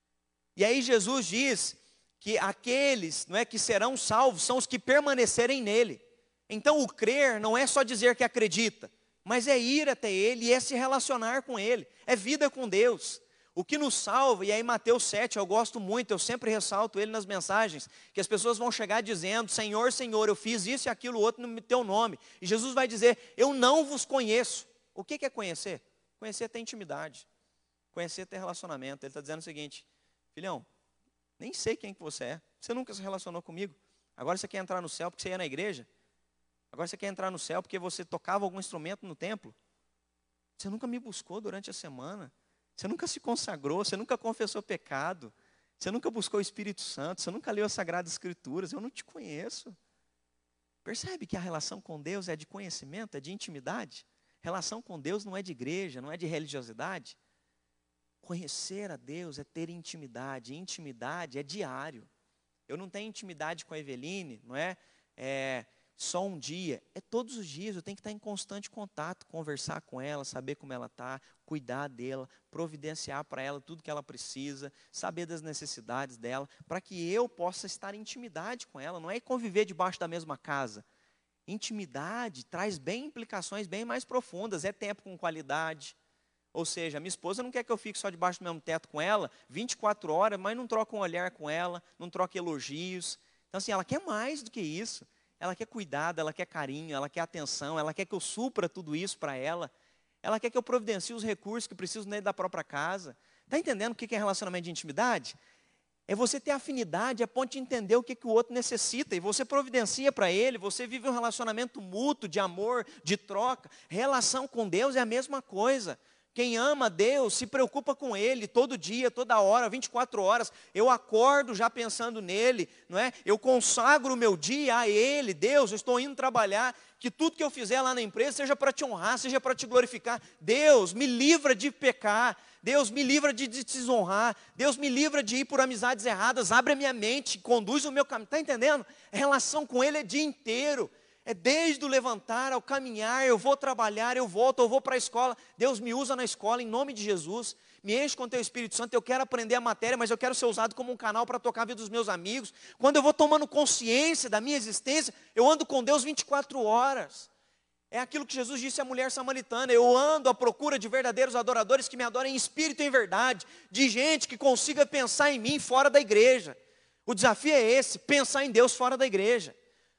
E aí Jesus diz que aqueles, não é, que serão salvos são os que permanecerem nele. Então, o crer não é só dizer que acredita, mas é ir até ele e é se relacionar com ele, é vida com Deus. O que nos salva, e aí Mateus 7, eu gosto muito, eu sempre ressalto ele nas mensagens, que as pessoas vão chegar dizendo, Senhor, Senhor, eu fiz isso e aquilo outro no teu nome. E Jesus vai dizer, eu não vos conheço. O que é conhecer? Conhecer é ter intimidade, conhecer é ter relacionamento. Ele está dizendo o seguinte, filhão, nem sei quem que você nunca se relacionou comigo. Agora você quer entrar no céu porque você ia na igreja? Agora você quer entrar no céu porque você tocava algum instrumento no templo? Você nunca me buscou durante a semana. Você nunca se consagrou, você nunca confessou pecado. Você nunca buscou o Espírito Santo, você nunca leu as Sagradas Escrituras. Eu não te conheço. Percebe que a relação com Deus é de conhecimento, é de intimidade? Relação com Deus não é de igreja, não é de religiosidade. Conhecer a Deus é ter intimidade. Intimidade é diário. Eu não tenho intimidade com a Eveline, não é só um dia, é todos os dias. Eu tenho que estar em constante contato, conversar com ela, saber como ela está, cuidar dela, providenciar para ela tudo que ela precisa, saber das necessidades dela, para que eu possa estar em intimidade com ela. Não é conviver debaixo da mesma casa. Intimidade traz bem implicações bem mais profundas, é tempo com qualidade. Ou seja, a minha esposa não quer que eu fique só debaixo do mesmo teto com ela 24 horas, mas não troca um olhar com ela, não troca elogios. Então assim, ela quer mais do que isso. Ela quer cuidado, ela quer carinho, ela quer atenção, ela quer que eu supra tudo isso para ela. Ela quer que eu providencie os recursos que preciso dentro da própria casa. Está entendendo o que é relacionamento de intimidade? É você ter afinidade a ponto de entender o que o outro necessita. E você providencia para ele, você vive um relacionamento mútuo, de amor, de troca. Relação com Deus é a mesma coisa. Quem ama Deus se preocupa com Ele todo dia, toda hora, 24 horas. Eu acordo já pensando nele, não é? Eu consagro o meu dia a Ele. Deus, eu estou indo trabalhar, que tudo que eu fizer lá na empresa seja para te honrar, seja para te glorificar. Deus, me livra de pecar. Deus, me livra de desonrar. Deus, me livra de ir por amizades erradas. Abre a minha mente, conduz o meu caminho. Está entendendo? A relação com Ele é dia inteiro. É desde o levantar ao caminhar, eu vou trabalhar, eu volto, eu vou para a escola. Deus me usa na escola em nome de Jesus. Me enche com o teu Espírito Santo, eu quero aprender a matéria, mas eu quero ser usado como um canal para tocar a vida dos meus amigos. Quando eu vou tomando consciência da minha existência, eu ando com Deus 24 horas. É aquilo que Jesus disse à mulher samaritana, eu ando à procura de verdadeiros adoradores que me adorem em espírito e em verdade, de gente que consiga pensar em mim fora da igreja. O desafio é esse, pensar em Deus fora da igreja.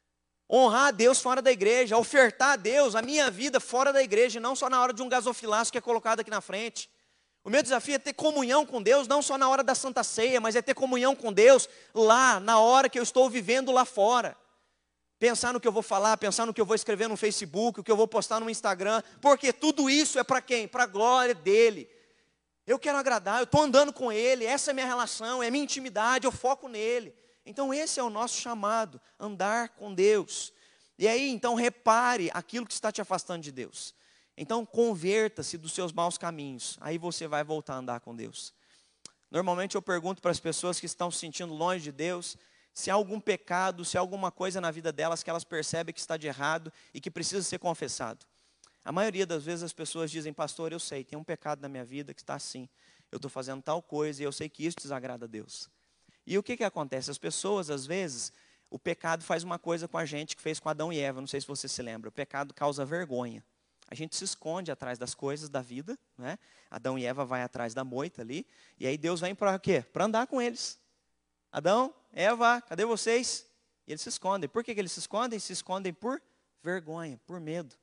Honrar a Deus fora da igreja, ofertar a Deus a minha vida fora da igreja, e não só na hora de um gasofilaço que é colocado aqui na frente. O meu desafio é ter comunhão com Deus, não só na hora da Santa Ceia, mas é ter comunhão com Deus lá, na hora que eu estou vivendo lá fora. Pensar no que eu vou falar, pensar no que eu vou escrever no Facebook, o que eu vou postar no Instagram, porque tudo isso é para quem? Para a glória dEle. Eu quero agradar, eu estou andando com Ele, essa é a minha relação, é a minha intimidade, eu foco nele. Então esse é o nosso chamado, andar com Deus. E aí, então, repare aquilo que está te afastando de Deus. Então, converta-se dos seus maus caminhos. Aí você vai voltar a andar com Deus. Normalmente eu pergunto para as pessoas que estão se sentindo longe de Deus, se há algum pecado, se há alguma coisa na vida delas que elas percebem que está de errado e que precisa ser confessado. A maioria das vezes as pessoas dizem, pastor, eu sei, tem um pecado na minha vida que está assim. Eu estou fazendo tal coisa e eu sei que isso desagrada a Deus. E o que acontece? As pessoas, às vezes, o pecado faz uma coisa com a gente que fez com Adão e Eva, não sei se você se lembra. O pecado causa vergonha. A gente se esconde atrás das coisas da vida, né? Adão e Eva vai atrás da moita ali, e aí Deus vem para quê? Para andar com eles. Adão, Eva, cadê vocês? E eles se escondem. Por que eles se escondem? Se escondem por vergonha, por medo.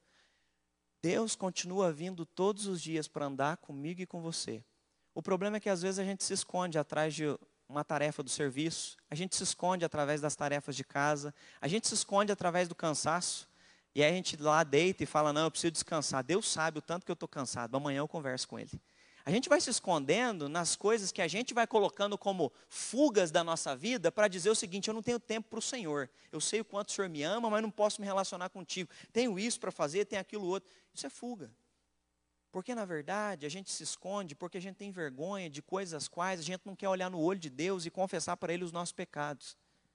Deus continua vindo todos os dias para andar comigo e com você. O problema é que às vezes a gente se esconde atrás de uma tarefa do serviço, a gente se esconde através das tarefas de casa, a gente se esconde através do cansaço, e aí a gente lá deita e fala, não, eu preciso descansar. Deus sabe o tanto que eu estou cansado, amanhã eu converso com Ele. A gente vai se escondendo nas coisas que a gente vai colocando como fugas da nossa vida para dizer o seguinte, eu não tenho tempo para o Senhor. Eu sei o quanto o Senhor me ama, mas não posso me relacionar contigo. Tenho isso para fazer, tenho aquilo outro. Isso é fuga. Porque, na verdade, a gente se esconde porque a gente tem vergonha de coisas às quais a gente não quer olhar no olho de Deus e confessar para Ele os nossos pecados.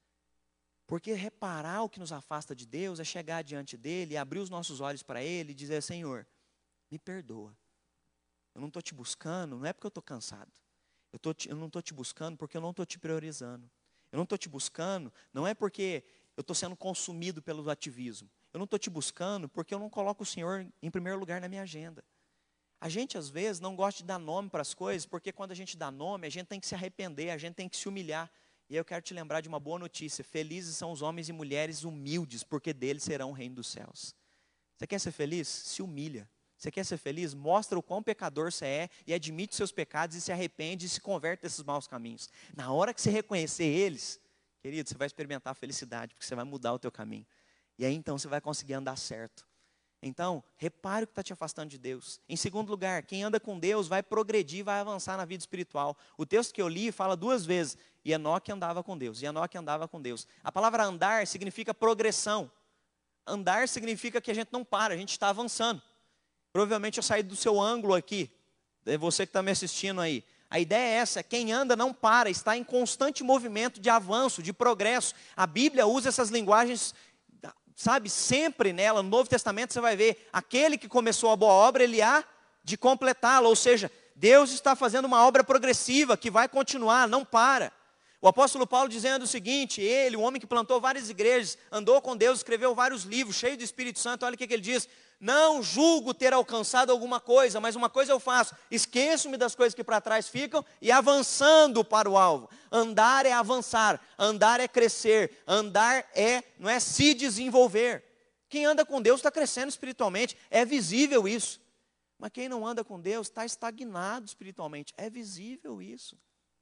Porque reparar o que nos afasta de Deus é chegar diante dEle, abrir os nossos olhos para Ele e dizer, Senhor, me perdoa. Eu não estou te buscando, não é porque eu estou cansado. Eu não estou te buscando porque eu não estou te priorizando. Eu não estou te buscando, não é porque eu estou sendo consumido pelo ativismo. Eu não estou te buscando porque eu não coloco o Senhor em primeiro lugar na minha agenda. A gente, às vezes, não gosta de dar nome para as coisas, porque quando a gente dá nome, a gente tem que se arrepender, a gente tem que se humilhar. E aí eu quero te lembrar de uma boa notícia. Felizes são os homens e mulheres humildes, porque deles serão o reino dos céus. Você quer ser feliz? Se humilha. Você quer ser feliz? Mostra o quão pecador você é e admite seus pecados e se arrepende e se converte desses maus caminhos. Na hora que você reconhecer eles, querido, você vai experimentar a felicidade, porque você vai mudar o teu caminho. E aí então você vai conseguir andar certo. Então, repare o que está te afastando de Deus. Em segundo lugar, quem anda com Deus vai progredir, vai avançar na vida espiritual. O texto que eu li fala duas vezes, e Enoque andava com Deus, e Enoque andava com Deus. A palavra andar significa progressão. Andar significa que a gente não para, a gente está avançando. Provavelmente eu saí do seu ângulo aqui, é você que está me assistindo aí. A ideia é essa, quem anda não para, está em constante movimento de avanço, de progresso. A Bíblia usa essas linguagens, sabe, sempre nela, no Novo Testamento você vai ver, aquele que começou a boa obra, ele há de completá-la, ou seja, Deus está fazendo uma obra progressiva, que vai continuar, não para. O apóstolo Paulo dizendo o seguinte, ele, o homem que plantou várias igrejas, andou com Deus, escreveu vários livros, cheio do Espírito Santo, olha o que ele diz, não julgo ter alcançado alguma coisa, mas uma coisa eu faço, esqueço-me das coisas que para trás ficam e avançando para o alvo. Andar é avançar, andar é crescer, andar não é se desenvolver. Quem anda com Deus está crescendo espiritualmente, é visível isso. Mas quem não anda com Deus está estagnado espiritualmente, é visível isso.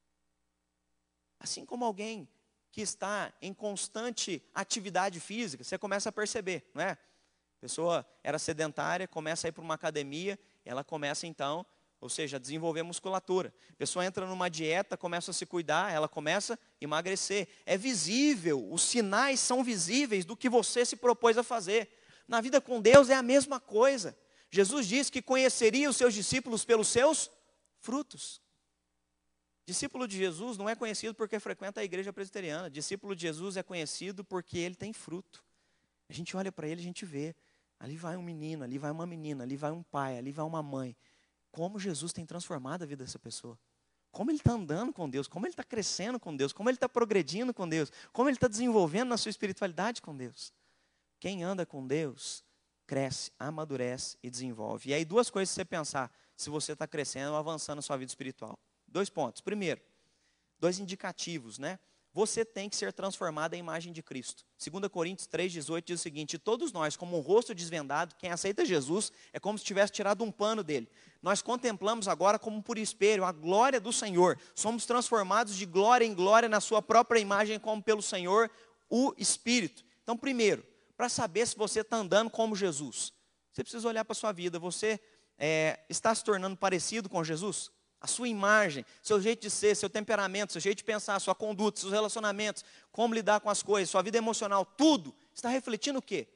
Assim como alguém que está em constante atividade física, você começa a perceber, não é? A pessoa era sedentária, começa a ir para uma academia, ela começa então, ou seja, a desenvolver musculatura. A pessoa entra numa dieta, começa a se cuidar, ela começa a emagrecer. É visível, os sinais são visíveis do que você se propôs a fazer. Na vida com Deus é a mesma coisa. Jesus disse que conheceria os seus discípulos pelos seus frutos. Discípulo de Jesus não é conhecido porque frequenta a igreja presbiteriana. Discípulo de Jesus é conhecido porque ele tem fruto. A gente olha para ele, a gente vê. Ali vai um menino, ali vai uma menina, ali vai um pai, ali vai uma mãe. Como Jesus tem transformado a vida dessa pessoa. Como ele está andando com Deus, como ele está crescendo com Deus, como ele está progredindo com Deus, como ele está desenvolvendo na sua espiritualidade com Deus. Quem anda com Deus, cresce, amadurece e desenvolve. E aí duas coisas para você pensar, se você está crescendo ou avançando na sua vida espiritual. 2 pontos. Primeiro, 2 indicativos, né? Você tem que ser transformado em imagem de Cristo. 2 Coríntios 3,18 diz o seguinte, todos nós, como um rosto desvendado, quem aceita Jesus, é como se tivesse tirado um pano dele. Nós contemplamos agora como por espelho a glória do Senhor. Somos transformados de glória em glória na sua própria imagem, como pelo Senhor, o Espírito. Então, primeiro, para saber se você está andando como Jesus, você precisa olhar para a sua vida. Você está se tornando parecido com Jesus? A sua imagem, seu jeito de ser, seu temperamento, seu jeito de pensar, sua conduta, seus relacionamentos, como lidar com as coisas, sua vida emocional, tudo está refletindo o quê?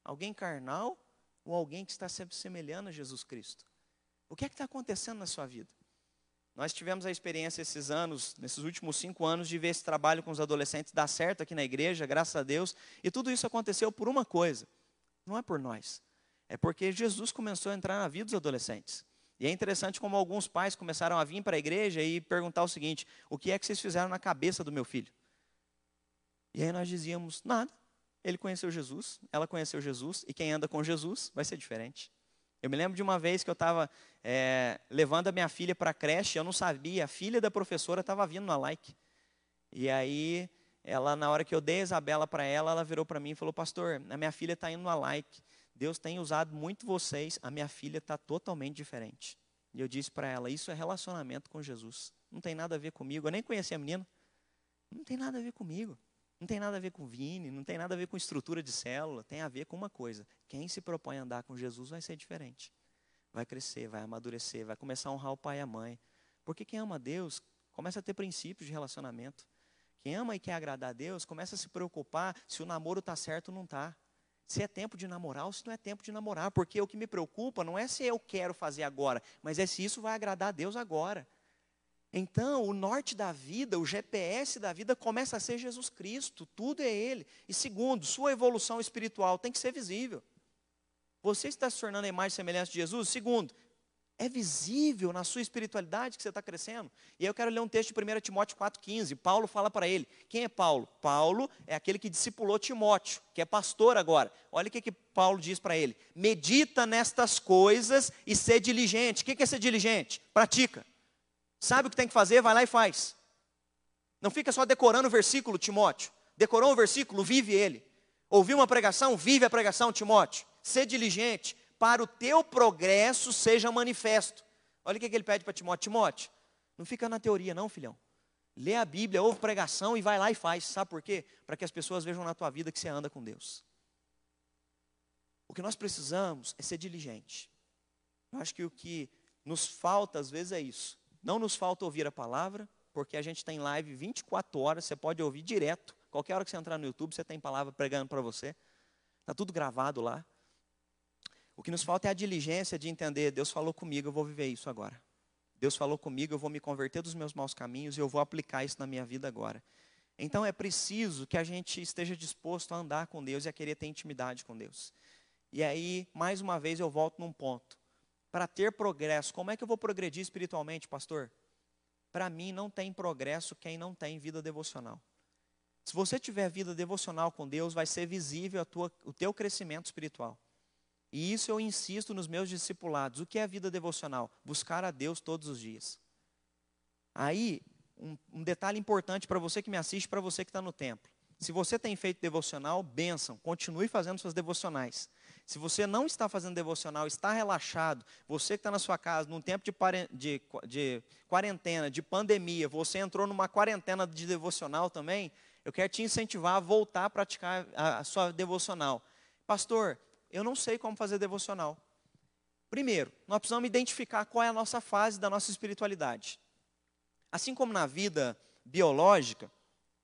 Alguém carnal ou alguém que está se assemelhando a Jesus Cristo? O que é que está acontecendo na sua vida? Nós tivemos a experiência esses anos, nesses últimos 5 anos, de ver esse trabalho com os adolescentes dar certo aqui na igreja, graças a Deus. E tudo isso aconteceu por uma coisa, não é por nós. É porque Jesus começou a entrar na vida dos adolescentes. E é interessante como alguns pais começaram a vir para a igreja e perguntar o seguinte: o que é que vocês fizeram na cabeça do meu filho? E aí nós dizíamos: nada. Ele conheceu Jesus, ela conheceu Jesus, e quem anda com Jesus vai ser diferente. Eu me lembro de uma vez que eu estava levando a minha filha para a creche, eu não sabia, a filha da professora estava vindo na like. E aí, ela, na hora que eu dei a Isabela para ela, ela virou para mim e falou: pastor, a minha filha está indo na like. Deus tem usado muito vocês, a minha filha está totalmente diferente. E eu disse para ela: isso é relacionamento com Jesus. Não tem nada a ver comigo, eu nem conhecia a menina. Não tem nada a ver comigo. Não tem nada a ver com Vini, não tem nada a ver com estrutura de célula, tem a ver com uma coisa: quem se propõe a andar com Jesus vai ser diferente. Vai crescer, vai amadurecer, vai começar a honrar o pai e a mãe. Porque quem ama a Deus começa a ter princípios de relacionamento. Quem ama e quer agradar a Deus começa a se preocupar se o namoro está certo ou não está. Se é tempo de namorar ou se não é tempo de namorar. Porque o que me preocupa não é se eu quero fazer agora, mas é se isso vai agradar a Deus agora. Então, o norte da vida, o GPS da vida começa a ser Jesus Cristo, tudo é Ele. E segundo, sua evolução espiritual tem que ser visível. Você está se tornando a imagem e semelhança de Jesus? Segundo, é visível na sua espiritualidade que você está crescendo. E aí eu quero ler um texto de 1 Timóteo 4,15. Paulo fala para ele. Quem é Paulo? Paulo é aquele que discipulou Timóteo, que é pastor agora. Olha o que Paulo diz para ele: medita nestas coisas e ser diligente. O que é ser diligente? Pratica. Sabe o que tem que fazer? Vai lá e faz. Não fica só decorando o versículo, Timóteo. Decorou um versículo, vive ele. Ouviu uma pregação? Vive a pregação, Timóteo. Ser diligente, para o teu progresso seja manifesto. Olha o que ele pede para Timóteo. Timóteo, não fica na teoria não, filhão. Lê a Bíblia, ouve pregação e vai lá e faz. Sabe por quê? Para que as pessoas vejam na tua vida que você anda com Deus. O que nós precisamos é ser diligente. Eu acho que o que nos falta às vezes é isso. Não nos falta ouvir a palavra, porque a gente tem live 24 horas, você pode ouvir direto. Qualquer hora que você entrar no YouTube, você tem palavra pregando para você. Está tudo gravado lá. O que nos falta é a diligência de entender: Deus falou comigo, eu vou viver isso agora. Deus falou comigo, eu vou me converter dos meus maus caminhos e eu vou aplicar isso na minha vida agora. Então é preciso que a gente esteja disposto a andar com Deus e a querer ter intimidade com Deus. E aí, mais uma vez, eu volto num ponto. Para ter progresso, como é que eu vou progredir espiritualmente, pastor? Para mim, não tem progresso quem não tem vida devocional. Se você tiver vida devocional com Deus, vai ser visível o teu crescimento espiritual. E isso eu insisto nos meus discipulados. O que é vida devocional? Buscar a Deus todos os dias. Aí, um detalhe importante para você que me assiste, para você que está no templo. Se você tem feito devocional, bênção, continue fazendo suas devocionais. Se você não está fazendo devocional, está relaxado, você que está na sua casa, num tempo de quarentena, de pandemia, você entrou numa quarentena de devocional também, eu quero te incentivar a voltar a praticar a sua devocional. Pastor, eu não sei como fazer devocional. Primeiro, nós precisamos identificar qual é a nossa fase da nossa espiritualidade. Assim como na vida biológica,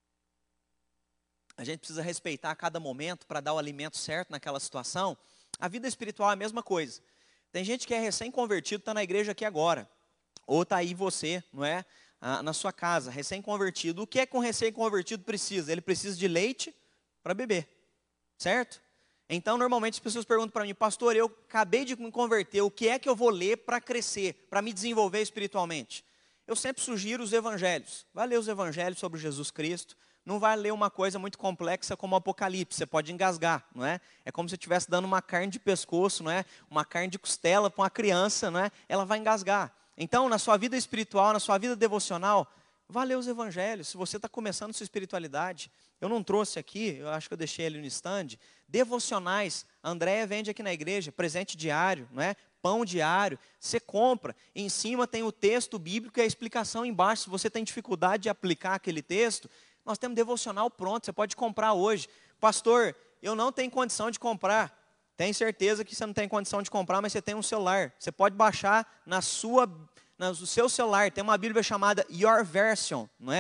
a gente precisa respeitar cada momento para dar o alimento certo naquela situação. A vida espiritual é a mesma coisa. Tem gente que é recém-convertido, está na igreja aqui agora. Ou está aí você, não é? Na sua casa, recém-convertido. O que é que um recém-convertido precisa? Ele precisa de leite para beber, certo? Então, normalmente as pessoas perguntam para mim: pastor, eu acabei de me converter, o que é que eu vou ler para crescer, para me desenvolver espiritualmente? Eu sempre sugiro os evangelhos. Vai ler os evangelhos sobre Jesus Cristo. Não vai ler uma coisa muito complexa como o Apocalipse, você pode engasgar, não é? É como se você estivesse dando uma carne de pescoço, não é? Uma carne de costela para uma criança, não é? Ela vai engasgar. Então, na sua vida espiritual, na sua vida devocional, vá ler os evangelhos. Se você está começando sua espiritualidade, eu não trouxe aqui, eu acho que eu deixei ele no stand, devocionais. A Andréia vende aqui na igreja, presente diário, não é? Pão diário, você compra, em cima tem o texto bíblico e a explicação embaixo. Se você tem dificuldade de aplicar aquele texto, nós temos devocional pronto, você pode comprar hoje. Pastor, eu não tenho condição de comprar. Tenho certeza que você não tem condição de comprar, mas você tem um celular. Você pode baixar no seu celular. Tem uma Bíblia chamada Your Version, não é?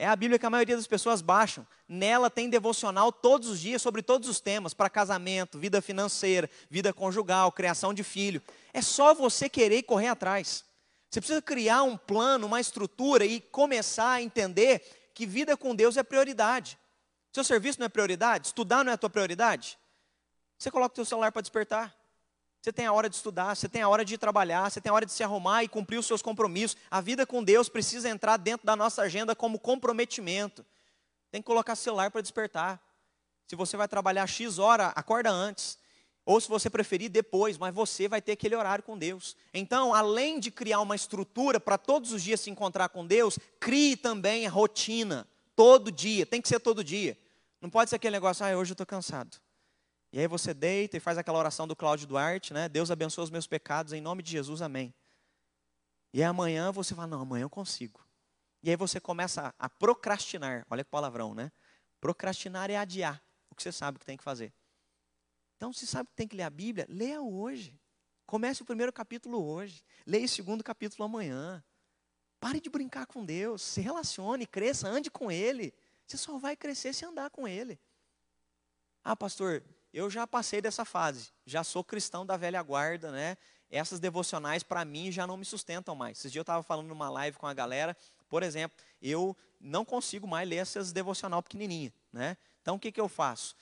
É a Bíblia que a maioria das pessoas baixam. Nela tem devocional todos os dias sobre todos os temas, para casamento, vida financeira, vida conjugal, criação de filho. É só você querer e correr atrás. Você precisa criar um plano, uma estrutura e começar a entender que vida com Deus é prioridade. Seu serviço não é prioridade? Estudar não é a tua prioridade? Você coloca o teu celular para despertar. Você tem a hora de estudar, você tem a hora de ir trabalhar, você tem a hora de se arrumar e cumprir os seus compromissos. A vida com Deus precisa entrar dentro da nossa agenda como comprometimento. Tem que colocar o celular para despertar. Se você vai trabalhar X hora, acorda antes. Ou se você preferir, depois, mas você vai ter aquele horário com Deus. Então, além de criar uma estrutura para todos os dias se encontrar com Deus, crie também a rotina, todo dia, tem que ser todo dia. Não pode ser aquele negócio, hoje eu estou cansado. E aí você deita e faz aquela oração do Cláudio Duarte, né? Deus abençoa os meus pecados, em nome de Jesus, amém. E aí amanhã você fala, não, amanhã eu consigo. E aí você começa a procrastinar, olha que palavrão, né? Procrastinar é adiar o que você sabe que tem que fazer. Então, se sabe que tem que ler a Bíblia, leia hoje. Comece o primeiro capítulo hoje. Leia o segundo capítulo amanhã. Pare de brincar com Deus. Se relacione, cresça, ande com Ele. Você só vai crescer se andar com Ele. Ah, pastor, eu já passei dessa fase. Já sou cristão da velha guarda, né? Essas devocionais, para mim, já não me sustentam mais. Esses dias eu estava falando numa live com a galera. Por exemplo, eu não consigo mais ler essas devocional pequenininha, né? Então, o que eu faço?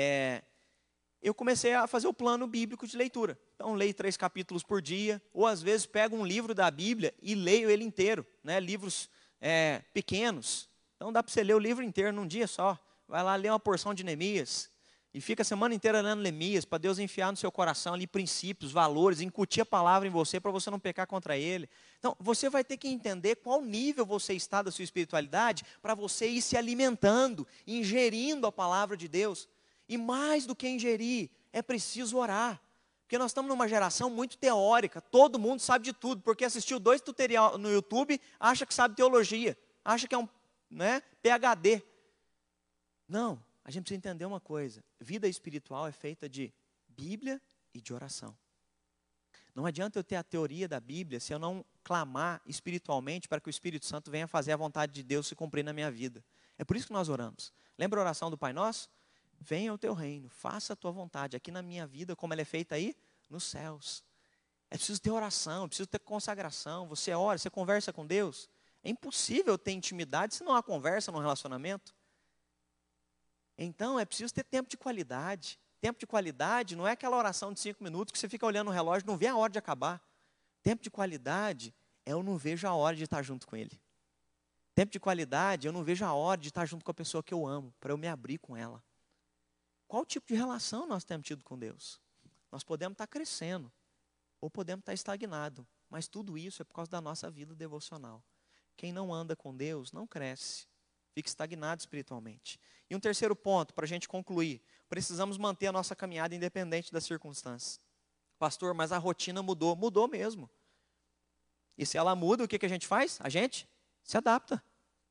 Eu comecei a fazer o plano bíblico de leitura. Então, leio 3 capítulos por dia, ou às vezes pego um livro da Bíblia e leio ele inteiro, né? Livros pequenos. Então, dá para você ler o livro inteiro num dia só. Vai lá ler uma porção de Neemias e fica a semana inteira lendo Neemias, para Deus enfiar no seu coração ali princípios, valores, incutir a palavra em você, para você não pecar contra Ele. Então, você vai ter que entender qual nível você está da sua espiritualidade, para você ir se alimentando, ingerindo a palavra de Deus. E mais do que ingerir, é preciso orar. Porque nós estamos numa geração muito teórica. Todo mundo sabe de tudo. Porque assistiu 2 tutoriais no YouTube, acha que sabe teologia. Acha que é um PhD. Não, a gente precisa entender uma coisa. Vida espiritual é feita de Bíblia e de oração. Não adianta eu ter a teoria da Bíblia se eu não clamar espiritualmente para que o Espírito Santo venha fazer a vontade de Deus se cumprir na minha vida. É por isso que nós oramos. Lembra a oração do Pai Nosso? Venha o teu reino, faça a tua vontade, aqui na minha vida, como ela é feita aí, nos céus. É preciso ter oração, é preciso ter consagração. Você ora, você conversa com Deus. É impossível ter intimidade se não há conversa no relacionamento. Então, é preciso ter tempo de qualidade. Tempo de qualidade não é aquela oração de 5 minutos que você fica olhando o relógio e não vê a hora de acabar. Tempo de qualidade é eu não vejo a hora de estar junto com Ele. Tempo de qualidade, eu não vejo a hora de estar junto com a pessoa que eu amo, para eu me abrir com ela. Qual tipo de relação nós temos tido com Deus? Nós podemos estar crescendo, ou podemos estar estagnados, mas tudo isso é por causa da nossa vida devocional. Quem não anda com Deus não cresce, fica estagnado espiritualmente. E um terceiro ponto, para a gente concluir, precisamos manter a nossa caminhada independente das circunstâncias. Pastor, mas a rotina mudou. Mudou mesmo. E se ela muda, o que a gente faz? A gente se adapta.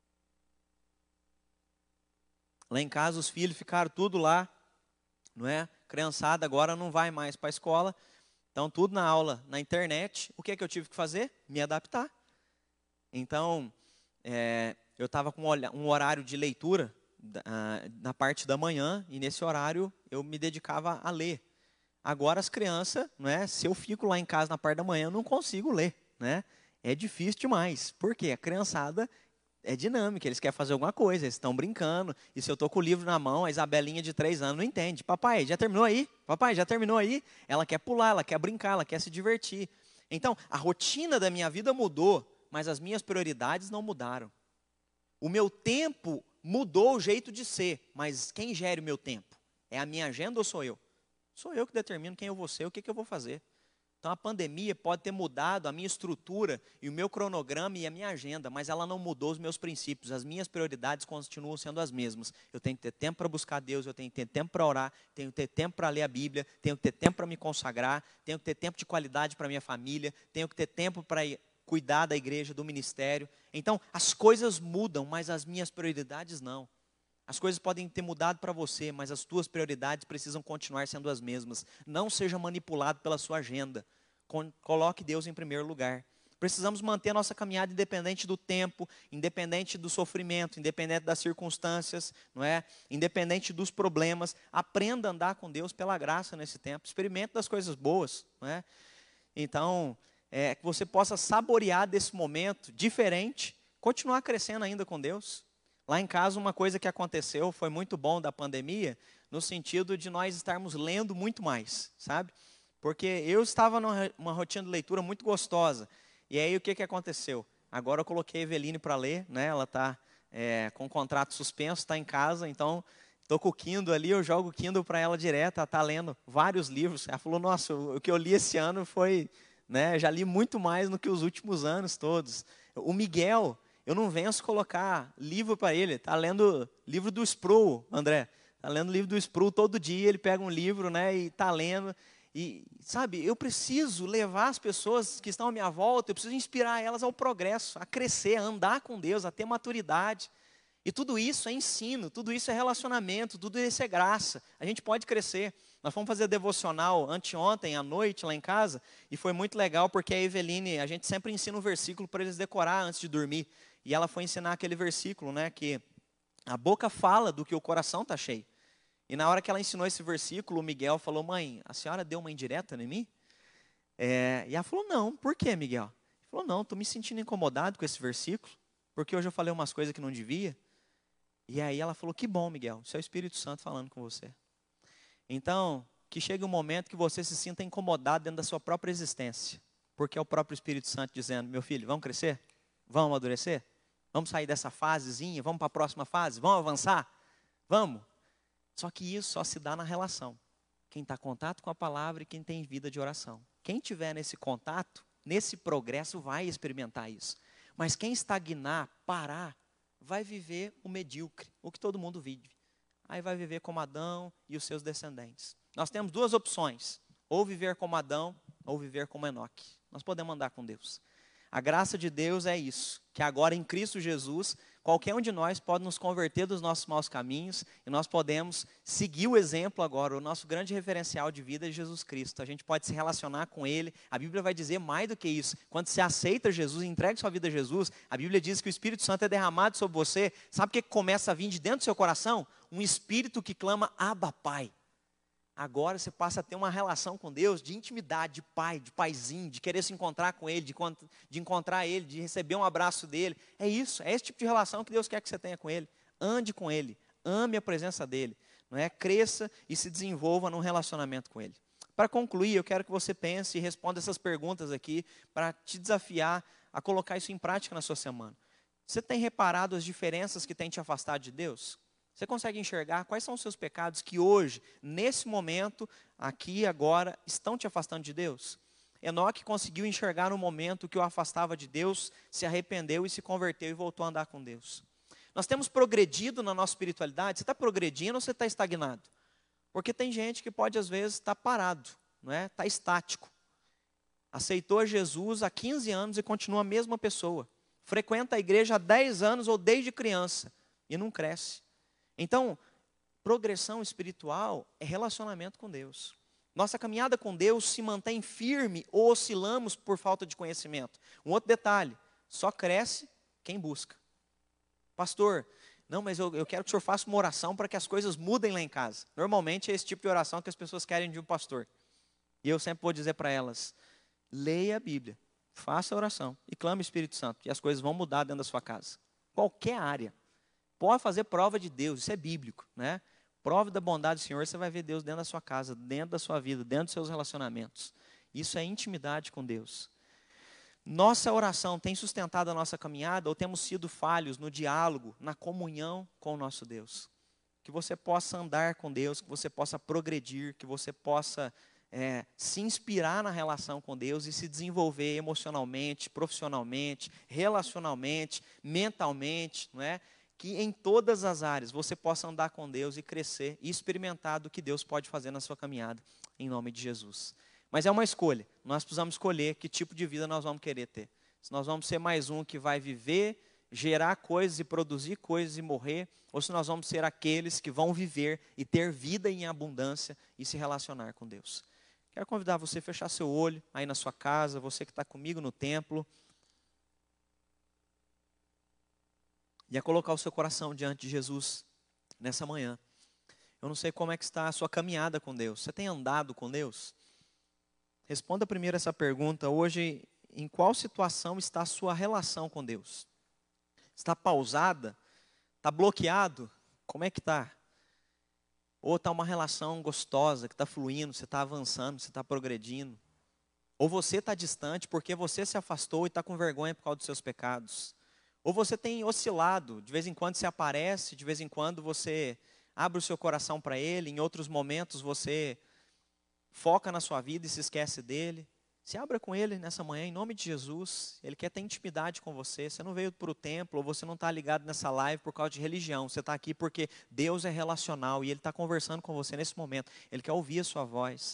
Lá em casa os filhos ficaram tudo lá, não é? Criançada agora não vai mais para a escola, então tudo na aula, na internet. O que eu tive que fazer? Me adaptar. Então, eu estava com um horário de leitura na parte da manhã, e nesse horário eu me dedicava a ler. Agora as crianças, não é? Se eu fico lá em casa na parte da manhã, eu não consigo ler, né? É difícil demais. Por quê? A criançada é dinâmica, eles querem fazer alguma coisa, eles estão brincando, e se eu estou com o livro na mão, a Isabelinha de 3 anos não entende. Papai, já terminou aí? Papai, já terminou aí? Ela quer pular, ela quer brincar, ela quer se divertir. Então, a rotina da minha vida mudou, mas as minhas prioridades não mudaram. O meu tempo mudou o jeito de ser, mas quem gere o meu tempo? É a minha agenda ou sou eu? Sou eu que determino quem eu vou ser, o que eu vou fazer. Então, a pandemia pode ter mudado a minha estrutura e o meu cronograma e a minha agenda, mas ela não mudou os meus princípios. As minhas prioridades continuam sendo as mesmas. Eu tenho que ter tempo para buscar Deus, eu tenho que ter tempo para orar, tenho que ter tempo para ler a Bíblia, tenho que ter tempo para me consagrar, tenho que ter tempo de qualidade para minha família, tenho que ter tempo para cuidar da igreja, do ministério. Então, as coisas mudam, mas as minhas prioridades não. As coisas podem ter mudado para você, mas as tuas prioridades precisam continuar sendo as mesmas. Não seja manipulado pela sua agenda. Coloque Deus em primeiro lugar. Precisamos manter a nossa caminhada independente do tempo, independente do sofrimento, independente das circunstâncias, não é? Independente dos problemas. Aprenda a andar com Deus pela graça nesse tempo. Experimente das coisas boas, não é? Então, que você possa saborear desse momento diferente, continuar crescendo ainda com Deus. Lá em casa, uma coisa que aconteceu, foi muito bom da pandemia, no sentido de nós estarmos lendo muito mais, sabe? Porque eu estava numa rotina de leitura muito gostosa. E aí, o que aconteceu? Agora eu coloquei a Eveline para ler, né? Ela está com o contrato suspenso, está em casa, então estou com o Kindle ali, eu jogo o Kindle para ela direto, ela está lendo vários livros. Ela falou, nossa, o que eu li esse ano foi, né? Já li muito mais do que os últimos anos todos. O Miguel, eu não venço colocar livro para ele, está lendo livro do Sproul, André. Está lendo livro do Sproul todo dia, ele pega um livro, né, e está lendo. E, sabe, eu preciso levar as pessoas que estão à minha volta, eu preciso inspirar elas ao progresso, a crescer, a andar com Deus, a ter maturidade. E tudo isso é ensino, tudo isso é relacionamento, tudo isso é graça. A gente pode crescer. Nós fomos fazer devocional anteontem à noite lá em casa, e foi muito legal porque a Eveline, a gente sempre ensina um versículo para eles decorar antes de dormir. E ela foi ensinar aquele versículo, né, que a boca fala do que o coração está cheio. E na hora que ela ensinou esse versículo, o Miguel falou, mãe, a senhora deu uma indireta em mim? E ela falou, não, por quê, Miguel? Ele falou, não, estou me sentindo incomodado com esse versículo, porque hoje eu falei umas coisas que não devia. E aí ela falou, que bom, Miguel, isso é o Espírito Santo falando com você. Então, que chegue um momento que você se sinta incomodado dentro da sua própria existência, porque é o próprio Espírito Santo dizendo, meu filho, vamos crescer? Vamos amadurecer? Vamos sair dessa fasezinha? Vamos para a próxima fase? Vamos avançar? Vamos? Só que isso só se dá na relação. Quem está em contato com a palavra e quem tem vida de oração. Quem tiver nesse contato, nesse progresso, vai experimentar isso. Mas quem estagnar, parar, vai viver o medíocre, o que todo mundo vive. Aí vai viver como Adão e os seus descendentes. Nós temos duas opções, ou viver como Adão, ou viver como Enoque. Nós podemos andar com Deus. A graça de Deus é isso, que agora em Cristo Jesus, qualquer um de nós pode nos converter dos nossos maus caminhos e nós podemos seguir o exemplo agora. O nosso grande referencial de vida é Jesus Cristo. A gente pode se relacionar com Ele. A Bíblia vai dizer mais do que isso. Quando você aceita Jesus, entrega sua vida a Jesus, a Bíblia diz que o Espírito Santo é derramado sobre você. Sabe o que começa a vir de dentro do seu coração? Um Espírito que clama, Abba, Pai. Agora você passa a ter uma relação com Deus de intimidade, de pai, de paizinho, de querer se encontrar com Ele, de encontrar Ele, de receber um abraço dEle. É isso, é esse tipo de relação que Deus quer que você tenha com Ele. Ande com Ele, ame a presença dEle, não é? Cresça e se desenvolva num relacionamento com Ele. Para concluir, eu quero que você pense e responda essas perguntas aqui para te desafiar a colocar isso em prática na sua semana. Você tem reparado as diferenças que tem te afastado de Deus? Você consegue enxergar quais são os seus pecados que hoje, nesse momento, aqui e agora, estão te afastando de Deus? Enoque conseguiu enxergar no momento que o afastava de Deus, se arrependeu e se converteu e voltou a andar com Deus. Nós temos progredido na nossa espiritualidade. Você está progredindo ou você está estagnado? Porque tem gente que pode, às vezes, estar parado, não é? Está estático. Aceitou Jesus há 15 anos e continua a mesma pessoa. Frequenta a igreja há 10 anos ou desde criança e não cresce. Então, progressão espiritual é relacionamento com Deus. Nossa caminhada com Deus se mantém firme ou oscilamos por falta de conhecimento. Um outro detalhe, só cresce quem busca. Pastor, não, mas eu quero que o senhor faça uma oração para que as coisas mudem lá em casa. Normalmente é esse tipo de oração que as pessoas querem de um pastor. E eu sempre vou dizer para elas, leia a Bíblia, faça a oração e clame o Espírito Santo. E as coisas vão mudar dentro da sua casa. Qualquer área. Pode fazer prova de Deus, isso é bíblico, né? Prova da bondade do Senhor, você vai ver Deus dentro da sua casa, dentro da sua vida, dentro dos seus relacionamentos. Isso é intimidade com Deus. Nossa oração tem sustentado a nossa caminhada ou temos sido falhos no diálogo, na comunhão com o nosso Deus? Que você possa andar com Deus, que você possa progredir, que você possa se inspirar na relação com Deus e se desenvolver emocionalmente, profissionalmente, relacionalmente, mentalmente, não é? Que em todas as áreas você possa andar com Deus e crescer e experimentar do que Deus pode fazer na sua caminhada, em nome de Jesus. Mas é uma escolha, nós precisamos escolher que tipo de vida nós vamos querer ter. Se nós vamos ser mais um que vai viver, gerar coisas e produzir coisas e morrer, ou se nós vamos ser aqueles que vão viver e ter vida em abundância e se relacionar com Deus. Quero convidar você a fechar seu olho aí na sua casa, você que está comigo no templo. e a colocar o seu coração diante de Jesus nessa manhã. Eu não sei como é que está a sua caminhada com Deus. Você tem andado com Deus? Responda primeiro essa pergunta. Hoje, em qual situação está a sua relação com Deus? Está pausada? Está bloqueado? Como é que está? Ou está uma relação gostosa, que está fluindo, você está avançando, você está progredindo? Ou você está distante porque você se afastou e está com vergonha por causa dos seus pecados? Ou você tem oscilado, de vez em quando você aparece, de vez em quando você abre o seu coração para Ele, em outros momentos você foca na sua vida e se esquece dEle. Se abra com Ele nessa manhã, em nome de Jesus. Ele quer ter intimidade com você. Você não veio para o templo, ou você não está ligado nessa live por causa de religião. Você está aqui porque Deus é relacional e Ele está conversando com você nesse momento. Ele quer ouvir a sua voz.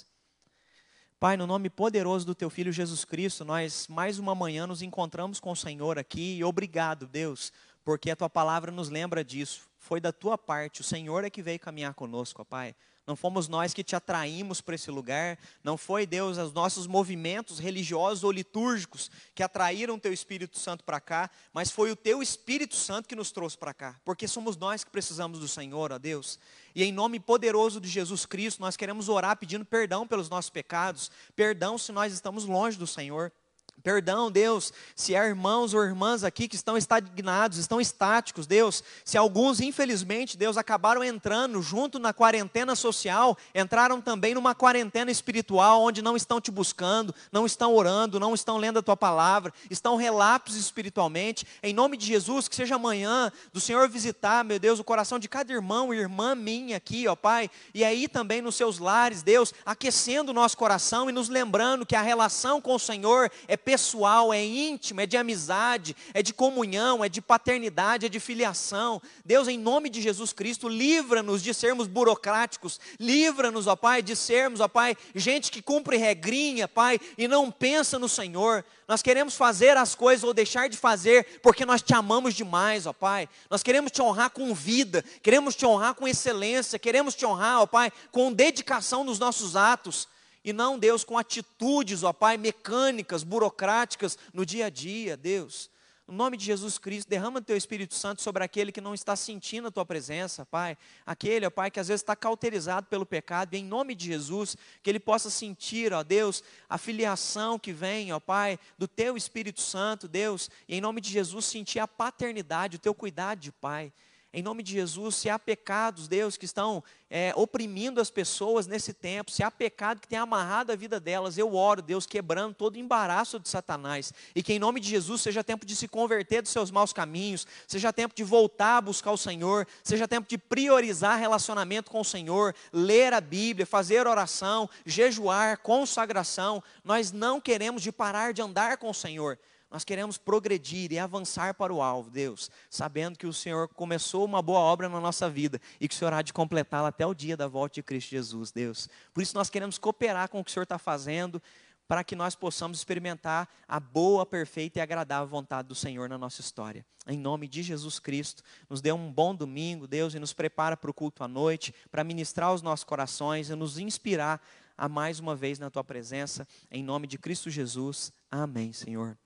Pai, no nome poderoso do Teu Filho Jesus Cristo, nós mais uma manhã nos encontramos com o Senhor aqui. E obrigado, Deus, porque a Tua palavra nos lembra disso. Foi da Tua parte, o Senhor é que veio caminhar conosco, ó Pai. Não fomos nós que te atraímos para esse lugar. Não foi, Deus, os nossos movimentos religiosos ou litúrgicos que atraíram o Teu Espírito Santo para cá, mas foi o Teu Espírito Santo que nos trouxe para cá. Porque somos nós que precisamos do Senhor, ó Deus. E em nome poderoso de Jesus Cristo, nós queremos orar pedindo perdão pelos nossos pecados. Perdão se nós estamos longe do Senhor. Perdão, Deus, se há irmãos ou irmãs aqui que estão estagnados, estão estáticos, Deus, se alguns, infelizmente, Deus, acabaram entrando junto na quarentena social, entraram também numa quarentena espiritual, onde não estão te buscando, não estão orando, não estão lendo a Tua palavra, estão relapsos espiritualmente. Em nome de Jesus, que seja amanhã do Senhor visitar, meu Deus, o coração de cada irmão e irmã minha aqui, ó Pai, e aí também nos seus lares, Deus, aquecendo o nosso coração e nos lembrando que a relação com o Senhor é pessoal, é íntimo, é de amizade, é de comunhão, é de paternidade, é de filiação. Deus, em nome de Jesus Cristo, livra-nos de sermos burocráticos, livra-nos, ó Pai, de sermos, ó Pai, gente que cumpre regrinha, Pai, e não pensa no Senhor. Nós queremos fazer as coisas ou deixar de fazer porque nós te amamos demais, ó Pai. Nós queremos te honrar com vida, queremos te honrar com excelência, queremos te honrar, ó Pai, com dedicação nos nossos atos. E não, Deus, com atitudes, ó Pai, mecânicas, burocráticas no dia a dia, Deus. No nome de Jesus Cristo, derrama o Teu Espírito Santo sobre aquele que não está sentindo a Tua presença, Pai. Aquele, ó Pai, que às vezes está cauterizado pelo pecado. E em nome de Jesus, que ele possa sentir, ó Deus, a filiação que vem, ó Pai, do Teu Espírito Santo, Deus. E em nome de Jesus, sentir a paternidade, o Teu cuidado de Pai. Em nome de Jesus, se há pecados, Deus, que estão oprimindo as pessoas nesse tempo, se há pecado que tem amarrado a vida delas, eu oro, Deus, quebrando todo o embaraço de Satanás, e que em nome de Jesus seja tempo de se converter dos seus maus caminhos, seja tempo de voltar a buscar o Senhor, seja tempo de priorizar relacionamento com o Senhor, ler a Bíblia, fazer oração, jejuar, consagração. Nós não queremos de parar de andar com o Senhor. Nós queremos progredir e avançar para o alvo, Deus, sabendo que o Senhor começou uma boa obra na nossa vida e que o Senhor há de completá-la até o dia da volta de Cristo Jesus, Deus. Por isso nós queremos cooperar com o que o Senhor está fazendo, para que nós possamos experimentar a boa, perfeita e agradável vontade do Senhor na nossa história. Em nome de Jesus Cristo, nos dê um bom domingo, Deus, e nos prepara para o culto à noite, para ministrar os nossos corações e nos inspirar a mais uma vez na Tua presença, em nome de Cristo Jesus. Amém, Senhor.